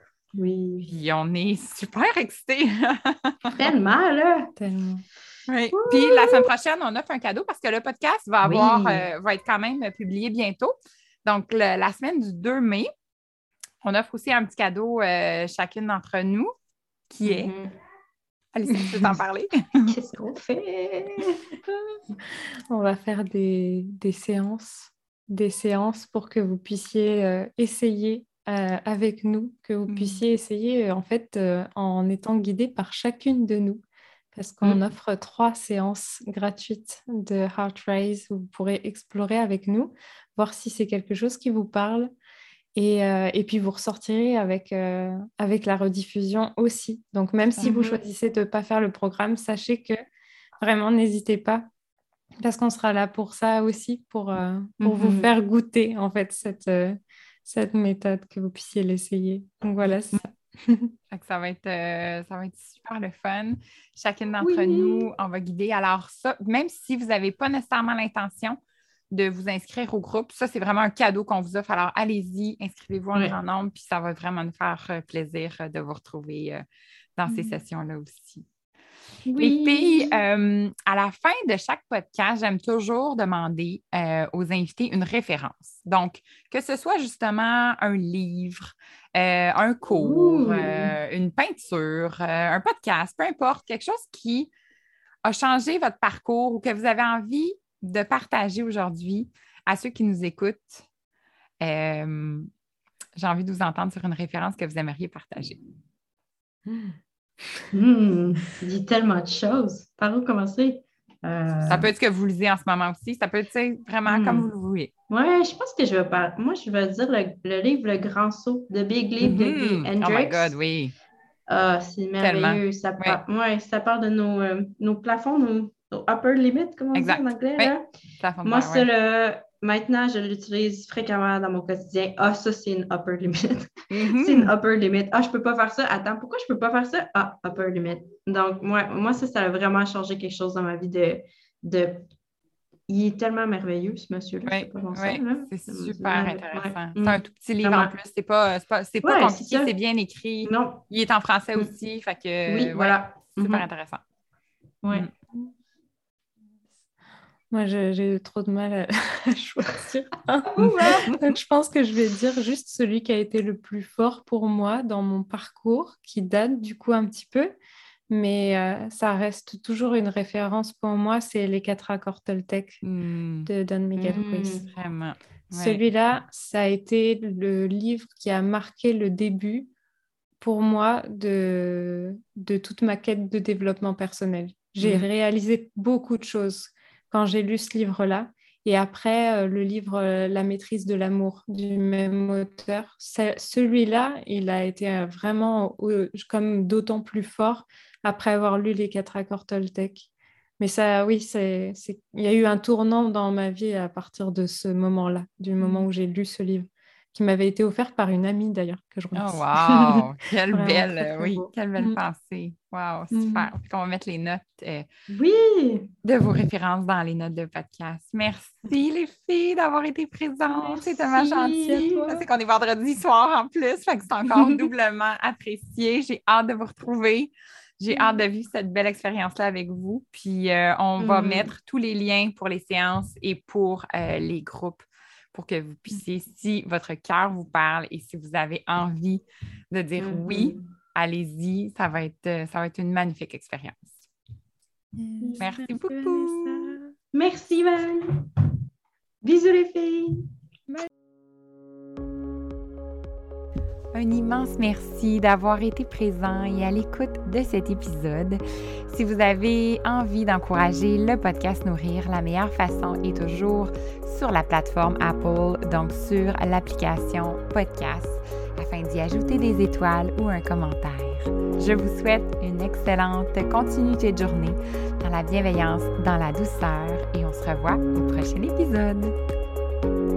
[SPEAKER 3] Oui.
[SPEAKER 1] Puis on est super excités.
[SPEAKER 3] Tellement, là.
[SPEAKER 2] Tellement.
[SPEAKER 1] Oui. Puis la semaine prochaine, on offre un cadeau parce que le podcast va avoir,
[SPEAKER 3] Oui.
[SPEAKER 1] euh, va être quand même publié bientôt. Donc, le- la semaine du deux mai, on offre aussi un petit cadeau euh, chacune d'entre nous qui est.
[SPEAKER 3] Mhm.
[SPEAKER 1] Alicia, tu veux t'en parler?
[SPEAKER 3] Qu'est-ce qu'on fait?
[SPEAKER 2] On va faire des, des séances, des séances pour que vous puissiez euh, essayer euh, avec nous, que vous
[SPEAKER 1] Mm.
[SPEAKER 2] puissiez essayer euh, en fait euh, en étant guidé par chacune de nous. Parce qu'on
[SPEAKER 3] Mm.
[SPEAKER 2] offre trois séances gratuites de Heart Raise où vous pourrez explorer avec nous, voir si c'est quelque chose qui vous parle. Et, euh, et puis vous ressortirez avec, euh, avec la rediffusion aussi. Donc même si vous
[SPEAKER 3] Mhm.
[SPEAKER 2] choisissez de ne pas faire le programme, sachez que vraiment n'hésitez pas parce qu'on sera là pour ça aussi, pour, euh, pour vous
[SPEAKER 3] Mhm.
[SPEAKER 2] faire goûter en fait cette, euh, cette méthode, que vous puissiez l'essayer. Donc voilà, c'est ça.
[SPEAKER 1] Fait que ça va être, euh, ça va être super le fun. Chacune d'entre
[SPEAKER 3] Oui.
[SPEAKER 1] nous, on va guider. Alors ça, même si vous n'avez pas nécessairement l'intention de vous inscrire au groupe, ça, c'est vraiment un cadeau qu'on vous offre. Alors allez-y, inscrivez-vous en
[SPEAKER 3] Ouais.
[SPEAKER 1] grand nombre, puis ça va vraiment nous faire euh, plaisir euh, de vous retrouver euh, dans ces
[SPEAKER 2] Mm.
[SPEAKER 1] sessions-là aussi.
[SPEAKER 3] Oui.
[SPEAKER 1] Et puis, euh, à la fin de chaque podcast, j'aime toujours demander euh, aux invités une référence. Donc, que ce soit justement un livre, euh, un cours,
[SPEAKER 3] Ouh.
[SPEAKER 1] euh, une peinture, euh, un podcast, peu importe, quelque chose qui a changé votre parcours ou que vous avez envie de partager aujourd'hui à ceux qui nous écoutent. Euh, j'ai envie de vous entendre sur une référence que vous aimeriez partager.
[SPEAKER 3] Hmm. Il dit tellement de choses. Par où commencer? Euh,
[SPEAKER 1] Ça peut être ce que vous lisez en ce moment aussi. Ça peut être tu sais, vraiment
[SPEAKER 3] Hmm.
[SPEAKER 1] comme vous le voulez.
[SPEAKER 3] Ouais, je pense que je vais pas. Moi, je vais dire le, le livre Le Grand Saut, The Big Leap de Gay
[SPEAKER 1] Mhm. Oh my
[SPEAKER 3] Hendricks.
[SPEAKER 1] God, oui.
[SPEAKER 3] Ah, c'est
[SPEAKER 1] Tellement.
[SPEAKER 3] merveilleux. Ça,
[SPEAKER 1] Oui,
[SPEAKER 3] par- ouais, ça parle de nos, euh, nos plafonds, nos, nos upper limits, comme on dit en
[SPEAKER 1] exact.
[SPEAKER 3] anglais,
[SPEAKER 1] Oui,
[SPEAKER 3] là.
[SPEAKER 1] plafond de
[SPEAKER 3] Moi,
[SPEAKER 1] verre,
[SPEAKER 3] ça,
[SPEAKER 1] oui.
[SPEAKER 3] le- maintenant, je l'utilise fréquemment dans mon quotidien. Ah, ça, c'est une upper limit.
[SPEAKER 1] Mhm.
[SPEAKER 3] C'est une upper limit. Ah, je peux pas faire ça. Attends, pourquoi je peux pas faire ça? Ah, upper limit. Donc, moi, moi ça, ça a vraiment changé quelque chose dans ma vie de, de... Il est tellement merveilleux, ce monsieur-là.
[SPEAKER 1] Oui,
[SPEAKER 3] C'est pas bon
[SPEAKER 1] oui,
[SPEAKER 3] sens, là.
[SPEAKER 1] c'est
[SPEAKER 3] Mon Dieu,
[SPEAKER 1] super
[SPEAKER 3] merveilleux.
[SPEAKER 1] intéressant.
[SPEAKER 3] Ouais.
[SPEAKER 1] C'est un
[SPEAKER 3] Mm.
[SPEAKER 1] tout petit livre en
[SPEAKER 3] Vraiment.
[SPEAKER 1] plus. C'est pas, c'est pas, c'est pas
[SPEAKER 3] Ouais, c'est
[SPEAKER 1] compliqué,
[SPEAKER 3] ça.
[SPEAKER 1] c'est bien écrit.
[SPEAKER 3] Non.
[SPEAKER 1] Il est en français
[SPEAKER 3] Mm.
[SPEAKER 1] aussi. Fait que,
[SPEAKER 3] Oui,
[SPEAKER 1] ouais,
[SPEAKER 3] voilà.
[SPEAKER 1] super
[SPEAKER 3] Mhm.
[SPEAKER 1] intéressant.
[SPEAKER 3] Ouais.
[SPEAKER 1] Mm.
[SPEAKER 2] Moi, je- j'ai eu trop de mal à, à choisir un. Donc, je pense que je vais dire juste celui qui a été le plus fort pour moi dans mon parcours, qui date du coup un petit peu, mais euh, ça reste toujours une référence pour moi, c'est Les quatre accords Toltec
[SPEAKER 1] Mm.
[SPEAKER 2] de Don Miguel
[SPEAKER 3] Mm.
[SPEAKER 2] Ruiz.
[SPEAKER 1] Vraiment. Ouais.
[SPEAKER 2] Celui-là, ça a été le livre qui a marqué le début pour moi de, de toute ma quête de développement personnel. J'ai
[SPEAKER 1] Mm.
[SPEAKER 2] réalisé beaucoup de choses quand j'ai lu ce livre-là. Et après, euh, le livre euh, La maîtrise de l'amour du même auteur, c'est- celui-là, il a été euh, vraiment euh, comme d'autant plus fort après avoir lu Les quatre accords Toltec. Mais ça, oui, c'est, c'est... il y a eu un tournant dans ma vie à partir de ce moment-là, du moment où j'ai lu ce livre, qui m'avait été offert par une amie d'ailleurs, que je
[SPEAKER 1] Oh,
[SPEAKER 2] remercie.
[SPEAKER 1] wow! Quelle
[SPEAKER 2] Vraiment
[SPEAKER 1] belle,
[SPEAKER 2] très,
[SPEAKER 1] euh,
[SPEAKER 2] très
[SPEAKER 1] oui,
[SPEAKER 2] beau.
[SPEAKER 1] quelle belle
[SPEAKER 2] Mm.
[SPEAKER 1] pensée. Wow,
[SPEAKER 2] Mm.
[SPEAKER 1] super. Puis qu'on va mettre les notes euh,
[SPEAKER 3] Oui!
[SPEAKER 1] de vos références dans les notes de podcast. Merci les filles d'avoir été présentes. C'est tellement
[SPEAKER 3] Merci à
[SPEAKER 1] gentil.
[SPEAKER 3] toi.
[SPEAKER 1] C'est qu'on est vendredi soir en plus, fait que c'est encore doublement apprécié. J'ai hâte de vous retrouver. J'ai hâte de vivre cette belle expérience-là avec vous. Puis euh, on va
[SPEAKER 3] Mm.
[SPEAKER 1] mettre tous les liens pour les séances et pour euh, les groupes pour que vous puissiez, si votre cœur vous parle et si vous avez envie de dire
[SPEAKER 3] Mhm.
[SPEAKER 1] oui, allez-y. Ça va être, euh, ça va être une magnifique expérience.
[SPEAKER 2] Yes.
[SPEAKER 1] Merci
[SPEAKER 2] Merci,
[SPEAKER 1] beaucoup.
[SPEAKER 2] Vanessa.
[SPEAKER 3] Merci, Val. Bisous, les filles.
[SPEAKER 1] Un immense merci d'avoir été présent et à l'écoute de cet épisode. Si vous avez envie d'encourager le podcast Nourrir, la meilleure façon est toujours sur la plateforme Apple, donc sur l'application podcast, afin d'y ajouter des étoiles ou un commentaire. Je vous souhaite une excellente continuité de journée dans la bienveillance, dans la douceur et on se revoit au prochain épisode.